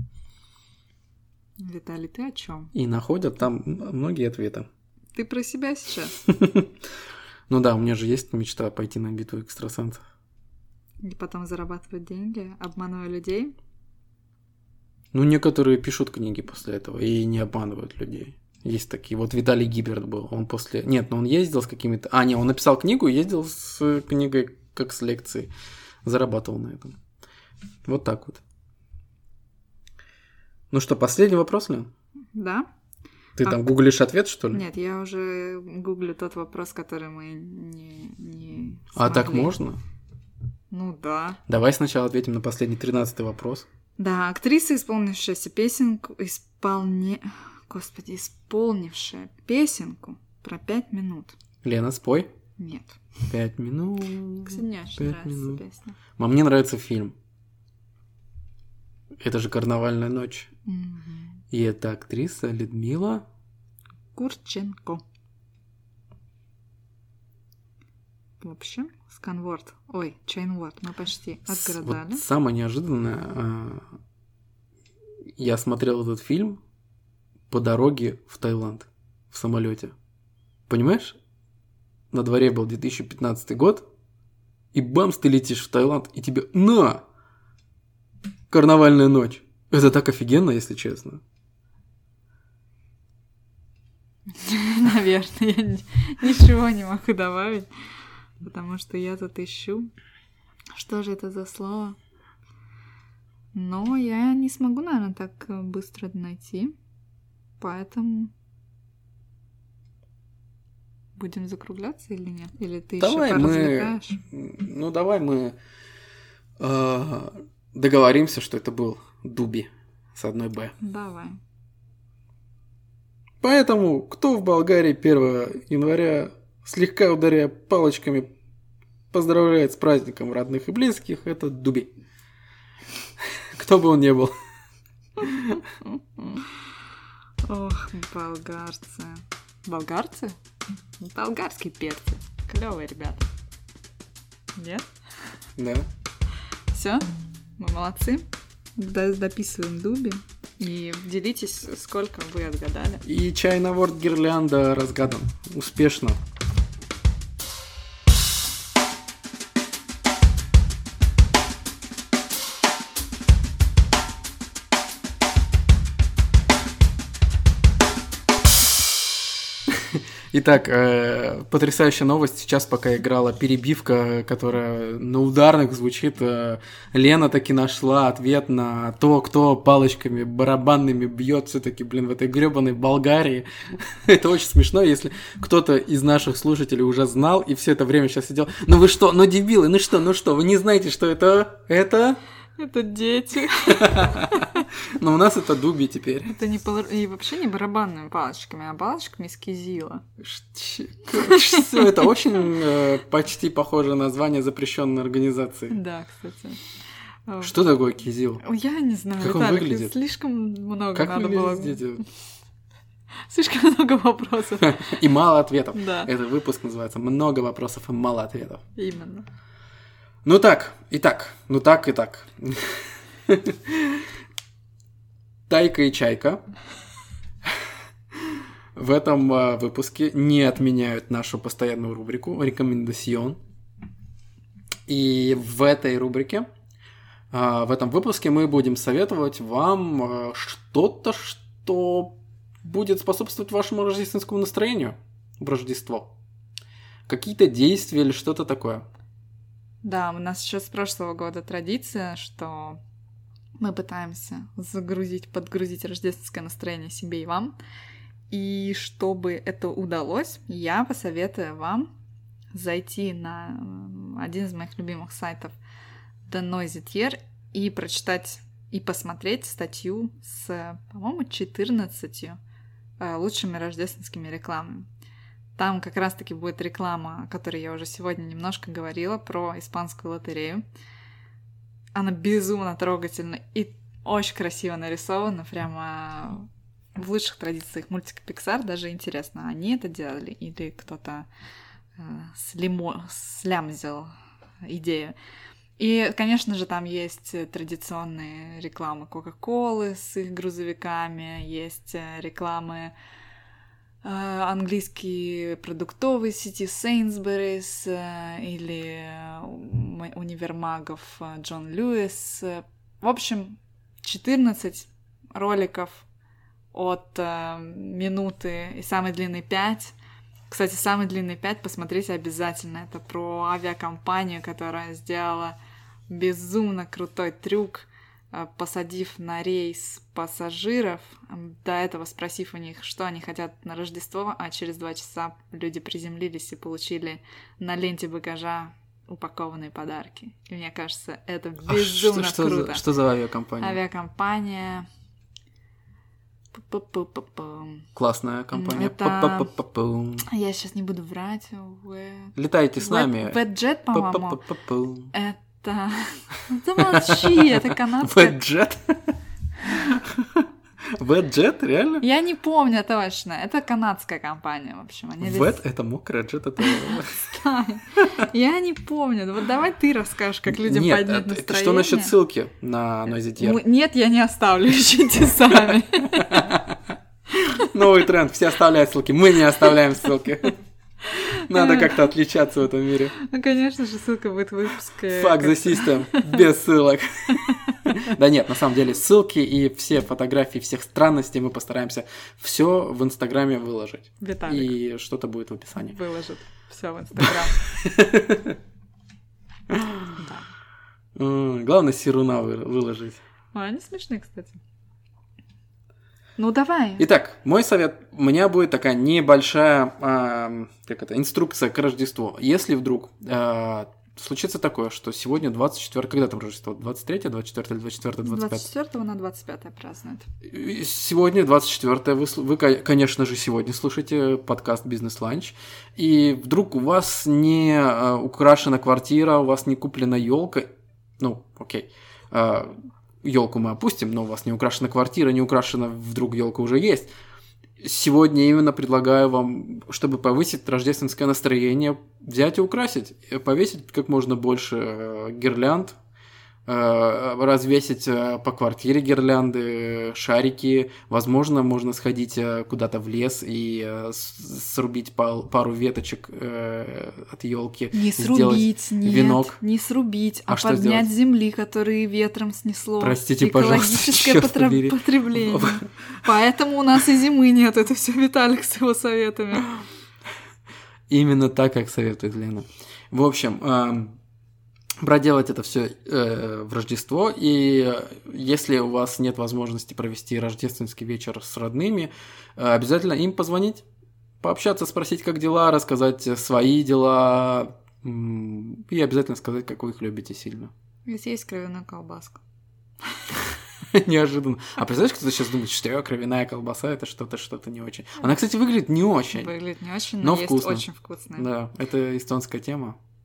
Виталий, ты о чем? И находят там многие ответы. Ты про себя сейчас? Ну да, у меня же есть мечта пойти на битву экстрасенсов. И потом зарабатывать деньги, обманывая людей? Ну, некоторые пишут книги после этого и не обманывают людей. Есть такие. Вот Виталий Гиберт был. Он после... Нет, ну он ездил с какими-то... А, нет, он написал книгу и ездил с книгой как с лекцией. Зарабатывал на этом. Вот так вот. Ну что, последний вопрос, Лен? Да. Ты а... там гуглишь ответ, что ли? Нет, я уже гуглю тот вопрос, который мы не, не А так можно? Ну да. Давай сначала ответим на последний тринадцатый вопрос. Да, актриса, исполнившаяся песенку... Исполне... Господи, исполнившая песенку про пять минут. Лена, спой. Нет. Пять минут. Кстати, мне очень нравится минут. Песня. А мне нравится фильм. Это же «Карнавальная ночь». Mm-hmm. И это актриса Людмила Гурченко. В общем, сканворд. Ой, чайнворд. Мы почти отгадали. Вот самое неожиданное. Я смотрел этот фильм по дороге в Таиланд в самолете. Понимаешь? На дворе был две тысячи пятнадцатый год, и бамс, ты летишь в Таиланд, и тебе на! Карнавальная ночь. Это так офигенно, если честно. Наверное, я ничего не могу добавить, потому что я тут ищу. Что же это за слово? Но я не смогу, наверное, так быстро найти. Поэтому будем закругляться или нет? Или ты давай еще поразвлекаешь? Мы... Ну, давай мы э, договоримся, что это был Дуби с одной «Б». Давай. Поэтому, кто в Болгарии первого января, слегка ударяя палочками, поздравляет с праздником родных и близких, это Дуби. Кто бы он ни был. Ох, болгарцы. Болгарцы? Болгарские перцы. Клёвые ребята. Нет? Да. Все, мы молодцы. Дописываем Дуби. И делитесь, сколько вы отгадали. И чайноворд гирлянда разгадан. Успешно. Итак, э, потрясающая новость. Сейчас пока играла перебивка, которая на ударных звучит. Э, Лена таки нашла ответ на то, кто палочками барабанными бьет все-таки, блин, в этой гребаной Болгарии. Это очень смешно, если кто-то из наших слушателей уже знал и все это время сейчас сидел. Ну вы что, ну дебилы, ну что, ну что, вы не знаете, что это? Это... Это дети. Но у нас это Дуби теперь. Это не пол... и вообще не барабанными палочками, а палочками из кизила. Все это очень э, почти похоже на название запрещенной организации. Да, кстати. Что такое кизил? Я не знаю, как он Виталик, выглядит? Слишком много как надо было. Дети? Слишком много вопросов. И мало ответов. Да. Этот выпуск называется «Много вопросов и мало ответов». Именно. Ну так, и так, ну так и так. Тайка и Чайка в этом uh, выпуске не отменяют нашу постоянную рубрику «Рекомендацион». И в этой рубрике, uh, в этом выпуске мы будем советовать вам uh, что-то, что будет способствовать вашему рождественскому настроению в Рождество. Какие-то действия или что-то такое. Да, у нас еще с прошлого года традиция, что мы пытаемся загрузить, подгрузить рождественское настроение себе и вам. И чтобы это удалось, я посоветую вам зайти на один из моих любимых сайтов The Noisetier и прочитать и посмотреть статью с, по-моему, четырнадцатью лучшими рождественскими рекламами. Там как раз-таки будет реклама, о которой я уже сегодня немножко говорила, про испанскую лотерею. Она безумно трогательна и очень красиво нарисована, прямо в лучших традициях мультика Pixar. Даже интересно, они это делали или кто-то э, слимо... слямзил идею. И, конечно же, там есть традиционные рекламы Кока-Колы с их грузовиками, есть рекламы э, английские продуктовые сети Sainsbury's э, или универмагов Джон Льюис. В общем, четырнадцать роликов от э, минуты и самый длинный пять. Кстати, самый длинный пять посмотрите обязательно. Это про авиакомпанию, которая сделала безумно крутой трюк, э, посадив на рейс пассажиров, до этого спросив у них, что они хотят на Рождество, а через два часа люди приземлились и получили на ленте багажа упакованные подарки. И мне кажется, это безумно а что, что круто. За, что за авиакомпания? Авиакомпания... Классная компания. Это... Я сейчас не буду врать. Летайте с нами. Вэджет, по-моему. Это... Да молчи, это канадская... Вэджет? Вэджет, реально? Я не помню точно. Это канадская компания, в общем. Вэт — это мокрая, джет — это... Я не помню. Вот давай ты расскажешь, как людям поднять настроение. Что насчет ссылки на Noisetier? Нет, я не оставлю, ищите сами. Новый тренд. Все оставляют ссылки. Мы не оставляем ссылки. Надо как-то отличаться в этом мире. Ну, конечно же, ссылка будет в выпуске. Fuck the system. Без ссылок. Да нет, на самом деле ссылки и все фотографии всех странностей мы постараемся все в Инстаграме выложить. Виталик. И что-то будет в описании. Выложит все в Инстаграм. Главное, Сируна выложить. А, они смешные, кстати. Ну, давай. Итак, мой совет. У меня будет такая небольшая э, как это, инструкция к Рождеству. Если вдруг э, случится такое, что сегодня двадцать четвёртое... Когда там Рождество? двадцать третье, двадцать четвёртое или двадцать четвёртое, двадцать пятое? двадцать четвёртого на двадцать пятое празднуют. Сегодня двадцать четвёртое. Вы, вы, конечно же, сегодня слушаете подкаст «Бизнес-ланч». И вдруг у вас не э, украшена квартира, у вас не куплена елка. Ну, окей. Э, елку мы опустим, но у вас не украшена квартира, не украшена вдруг елка уже есть. Сегодня именно предлагаю вам, чтобы повысить рождественское настроение, взять и украсить, повесить как можно больше гирлянд, развесить по квартире гирлянды, шарики. Возможно, можно сходить куда-то в лес и срубить пару веточек от елки. Не срубить, нет, венок. Не срубить, а, а поднять земли, которые ветром снесло. Простите, пожалуйста, экологическое потр... потребление. Поэтому у нас и зимы нет. Это все Виталик с его советами. Именно так, как советует Лена. В общем, проделать это все э, в Рождество, и если у вас нет возможности провести рождественский вечер с родными, э, обязательно им позвонить, пообщаться, спросить, как дела, рассказать свои дела, м- и обязательно сказать, как вы их любите сильно. Если есть кровяная колбаска. Неожиданно. А представляешь, кто-то сейчас думает, что кровяная колбаса — это что-то, что-то не очень. Она, кстати, выглядит не очень. Выглядит не очень, но, но есть вкусно. Очень вкусная. Да, это эстонская тема.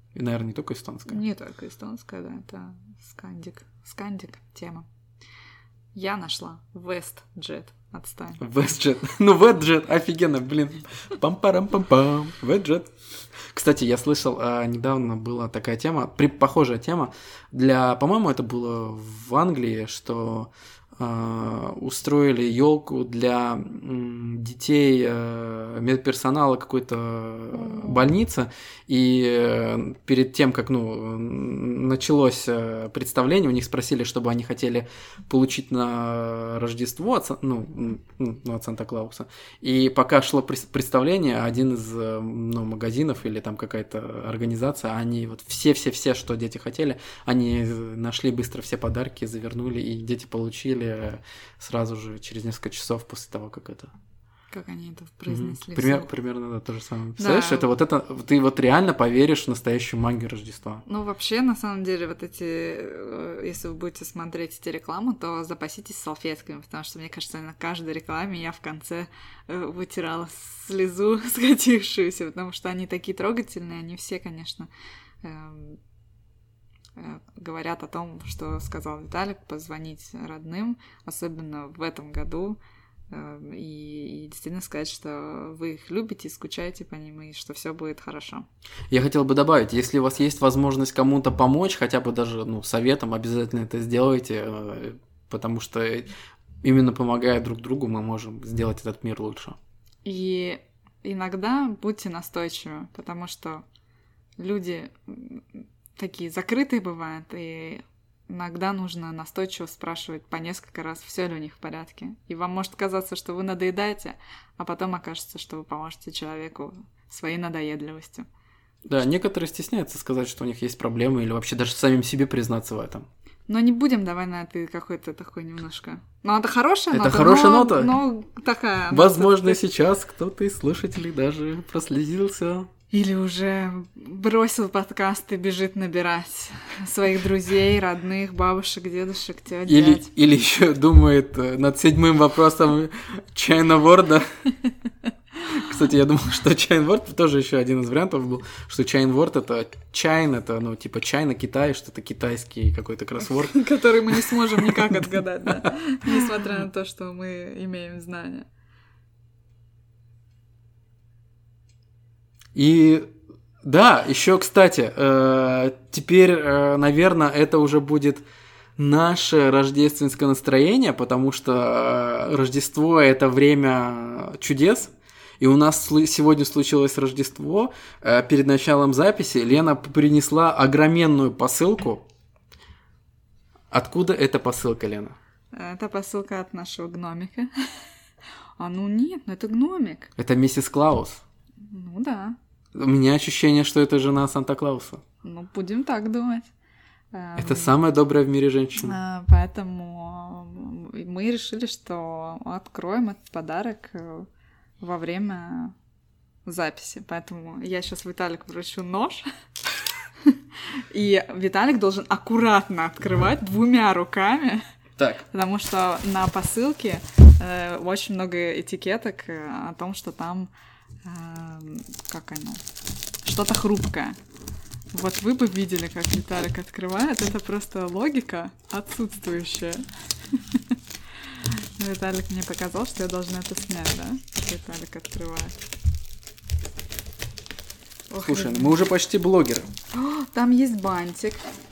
И, наверное, не только эстонская. Не только эстонская, да, это скандик. Скандик тема. Я нашла WestJet. Отстань. WestJet. Ну, WestJet, офигенно, блин. Пам-парам-пам-пам. WestJet. Кстати, я слышал, а, недавно была такая тема, при, похожая тема, для, по-моему, это было в Англии, что а, устроили елку для м, детей а, медперсонала какой-то mm. больницы, и а, перед тем, как ну, началось а, представление, у них спросили, чтобы они хотели получить на Рождество от, ну, ну, от Санта-Клауса, и пока шло представление, один из ну, магазинов или там какая-то организация, они вот все-все-все, что дети хотели, они нашли быстро все подарки, завернули, и дети получили сразу же через несколько часов после того, как это... Как они это произнесли. Mm-hmm. Пример, примерно да, то же самое. Представляешь, да. это вот это... Ты вот реально поверишь в настоящую магию Рождества. Ну, вообще, на самом деле, вот эти... Если вы будете смотреть эти рекламы, то запаситесь салфетками, потому что, мне кажется, на каждой рекламе я в конце вытирала слезу скатившуюся, потому что они такие трогательные, они все, конечно... говорят о том, что сказал Виталик, позвонить родным, особенно в этом году, и, и действительно сказать, что вы их любите, скучаете по ним, и что все будет хорошо. Я хотел бы добавить, если у вас есть возможность кому-то помочь, хотя бы даже ну, советом, обязательно это сделайте, потому что именно помогая друг другу, мы можем сделать этот мир лучше. И иногда будьте настойчивы, потому что люди... такие закрытые бывают, и иногда нужно настойчиво спрашивать по несколько раз, все ли у них в порядке. И вам может казаться, что вы надоедаете, а потом окажется, что вы поможете человеку своей надоедливостью. Да, некоторые стесняются сказать, что у них есть проблемы, или вообще даже самим себе признаться в этом. Но не будем давай на это какой-то такой немножко... Ну, это хорошая это нота, хорошая но, нота. но такая... Возможно, сейчас кто-то из слушателей даже прослезился... Или уже бросил подкаст и бежит набирать своих друзей, родных, бабушек, дедушек, тёть, или, дядь. Или еще думает над седьмым вопросом чайноворда. Кстати, я думал, что чайнворд тоже еще один из вариантов был, что чайнворд это чайн, это ну типа чай на Китае, что-то китайский какой-то кроссворд. Который мы не сможем никак отгадать, да, несмотря на то, что мы имеем знания. И да, еще, кстати, э, теперь, э, наверное, это уже будет наше рождественское настроение, потому что э, Рождество – это время чудес, и у нас сегодня случилось Рождество. Э, перед началом записи Лена принесла огроменную посылку. Откуда эта посылка, Лена? Это посылка от нашего гномика. А ну нет, ну это гномик. Это миссис Клаус. Ну да. У меня ощущение, что это жена Санта-Клауса. Ну, будем так думать. Это самая добрая в мире женщина. Поэтому мы решили, что откроем этот подарок во время записи. Поэтому я сейчас Виталику вручу нож. И Виталик должен аккуратно открывать двумя руками. Так. Потому что на посылке очень много этикеток о том, что там как оно? Что-то хрупкое. Вот вы бы видели, как Виталик открывает. Это просто логика отсутствующая. Виталик мне показал, что я должна это снять, да? Как Виталик открывает. Слушай, мы уже почти блогеры. О, там есть бантик.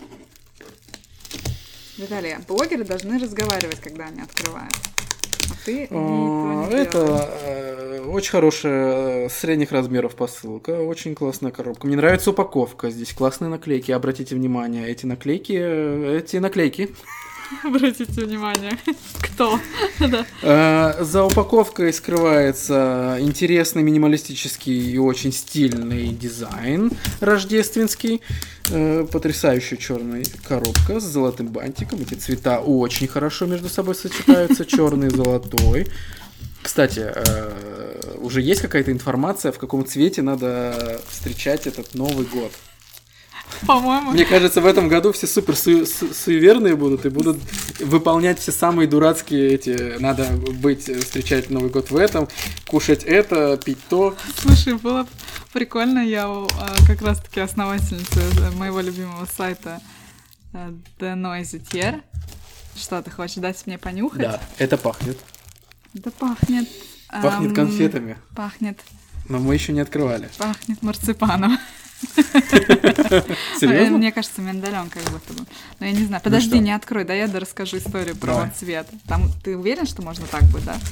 Виталий, блогеры должны разговаривать, когда они открывают. А ты О, это э, очень хорошая, средних размеров посылка, очень классная коробка. Мне нравится упаковка, здесь классные наклейки, обратите внимание, эти наклейки, эти наклейки. Обратите внимание, кто? За упаковкой скрывается интересный минималистический и очень стильный дизайн рождественский. Потрясающая черная коробка с золотым бантиком. Эти цвета очень хорошо между собой сочетаются, черный и золотой. Кстати, уже есть какая-то информация, в каком цвете надо встречать этот Новый год? По-моему. Мне кажется, в этом году все супер су- су- суеверные будут и будут выполнять все самые дурацкие эти. Надо быть, встречать Новый год в этом, кушать это, пить то. Слушай, было Прикольно, я как раз-таки основательница моего любимого сайта The Noisetier. Что, ты хочешь дать мне понюхать? Да, это пахнет. Это пахнет... Пахнет эм, конфетами. Пахнет... Но мы еще не открывали. Пахнет марципаном. Серьезно? Мне кажется, миндалем как будто бы. Но я не знаю. Подожди, не открой, да я расскажу историю про цвет. Там ты уверен, что можно так быть, да?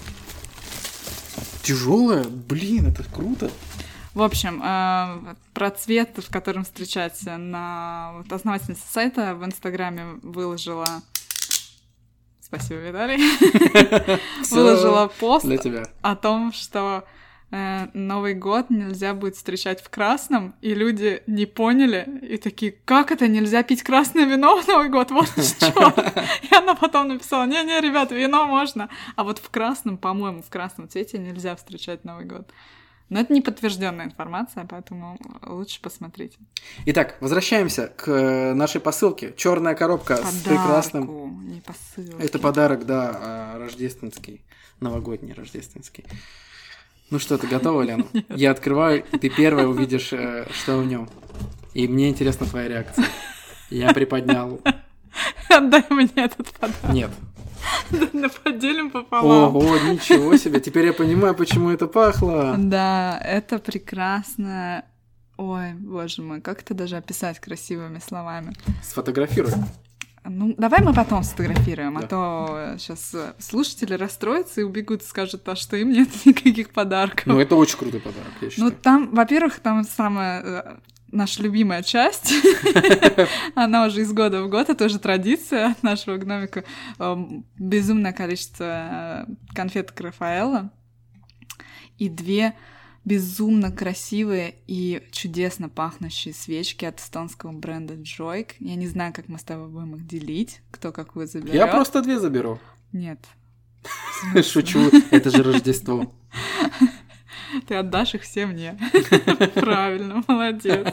Тяжелая? Блин, это круто. В общем, э, про цвет, в котором встречаться, на вот, основательница сайта в Инстаграме выложила... Спасибо, Виталий. Выложила пост для тебя. О том, что э, Новый год нельзя будет встречать в красном, и люди не поняли, и такие, как это нельзя пить красное вино в Новый год? Вот что! И она потом написала, не-не, ребят, вино можно, а вот в красном, по-моему, в красном цвете нельзя встречать Новый год. Но это не подтвержденная информация, поэтому лучше посмотрите. Итак, возвращаемся к нашей посылке. Черная коробка Подарку, с прекрасным. Не посылки. Это подарок, да, рождественский, новогодний рождественский. Ну что, ты готова, Лена? Нет. Я открываю, и ты первая увидишь, что в нем. И мне интересна твоя реакция. Я приподнял. Отдай мне этот подарок. Нет. Да, поделим пополам. Ого, ничего себе. Теперь я понимаю, почему это пахло. Да, это прекрасно. Ой, боже мой, как это даже описать красивыми словами? Сфотографируй. Ну, давай мы потом сфотографируем, да. А то сейчас слушатели расстроятся и убегут и скажут, а что им нет никаких подарков. Ну, это очень крутой подарок, я считаю. Ну, там, во-первых, там самая... наша любимая часть, она уже из года в год, это уже традиция от нашего гномика, безумное количество конфеток Рафаэлло и две безумно красивые и чудесно пахнущие свечки от эстонского бренда Joik. Я не знаю, как мы с тобой будем их делить, кто какую заберет. Я просто две заберу. Нет. Шучу, это же Рождество. Ты отдашь их все мне. Правильно, молодец.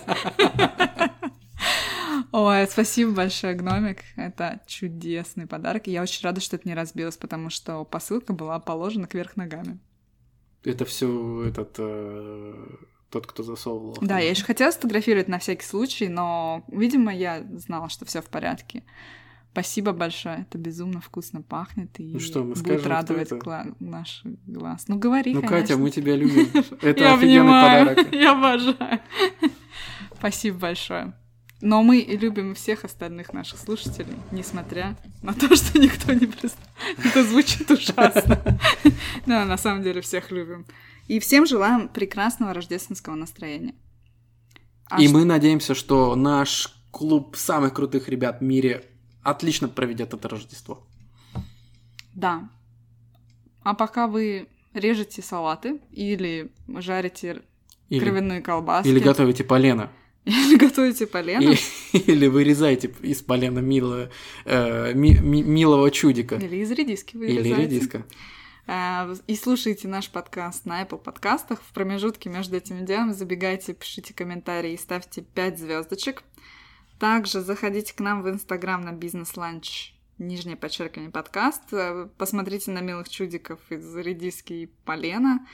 Ой, спасибо большое, гномик. Это чудесный подарок. И я очень рада, что это не разбилось, потому что посылка была положена кверх ногами. Это все этот э, тот, кто засовывал. Да, я еще хотела сфотографировать на всякий случай, но, видимо, я знала, что все в порядке. Спасибо большое, это безумно вкусно пахнет и ну что, мы будет скажем, радовать гла- наш глаз. Ну говори, ну, конечно. Катя, мы тебя любим. Это я офигенный обнимаю, подарок. Я обожаю. Спасибо большое. Но мы любим всех остальных наших слушателей, несмотря на то, что никто не признает. Это звучит ужасно. Да, на самом деле всех любим. И всем желаем прекрасного рождественского настроения. А и ш... мы надеемся, что наш клуб самых крутых ребят в мире отлично проведет это Рождество. Да. А пока вы режете салаты или жарите или, кровяные колбаски. Или готовите полено. Или готовите полено. Или вырезаете из полена милого, э, ми, ми, милого чудика. Или из редиски вырезаете. Или редиска. И слушайте наш подкаст на Apple подкастах. В промежутке между этими делами забегайте, пишите комментарии и ставьте пять звездочек. Также заходите к нам в Инстаграм на бизнес-ланч, нижнее подчеркивание, подкаст. Посмотрите на милых чудиков из редиски и полена.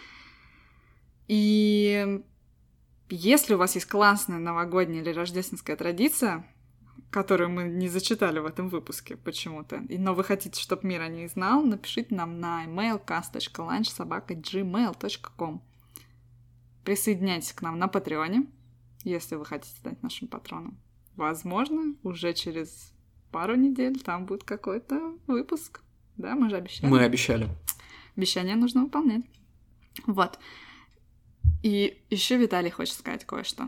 И если у вас есть классная новогодняя или рождественская традиция, которую мы не зачитали в этом выпуске почему-то, но вы хотите, чтобы мир о ней знал, напишите нам на email cast точка lunch собака gmail точка com. Присоединяйтесь к нам на Патреоне, если вы хотите стать нашим патроном. Возможно, уже через пару недель там будет какой-то выпуск. Да, мы же обещали. Мы обещали. Обещание нужно выполнять. Вот. И еще Виталий хочет сказать кое-что.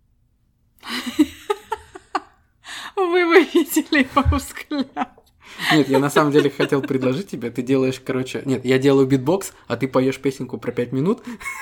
Вы бы видели его взгляд. Нет, я на самом деле хотел предложить тебе, ты делаешь, короче... Нет, я делаю битбокс, а ты поешь песенку про пять минут.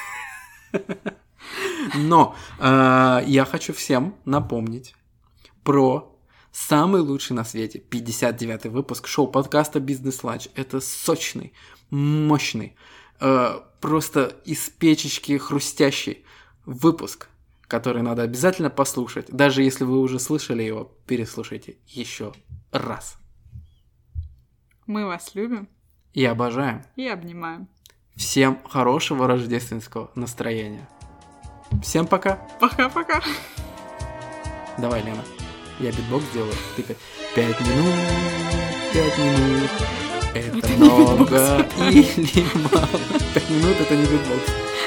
Но э, я хочу всем напомнить про самый лучший на свете пятьдесят девятый выпуск шоу-подкаста «Бизнес-ланч». Это сочный, мощный, э, просто из печечки хрустящий выпуск, который надо обязательно послушать. Даже если вы уже слышали его, переслушайте еще раз. Мы вас любим. И обожаем. И обнимаем. Всем хорошего рождественского настроения. Всем пока. Пока-пока. Давай, Лена. Я битбокс сделаю. Ты пять минут, пять минут. Это, это много или мало? Пять минут это не битбокс.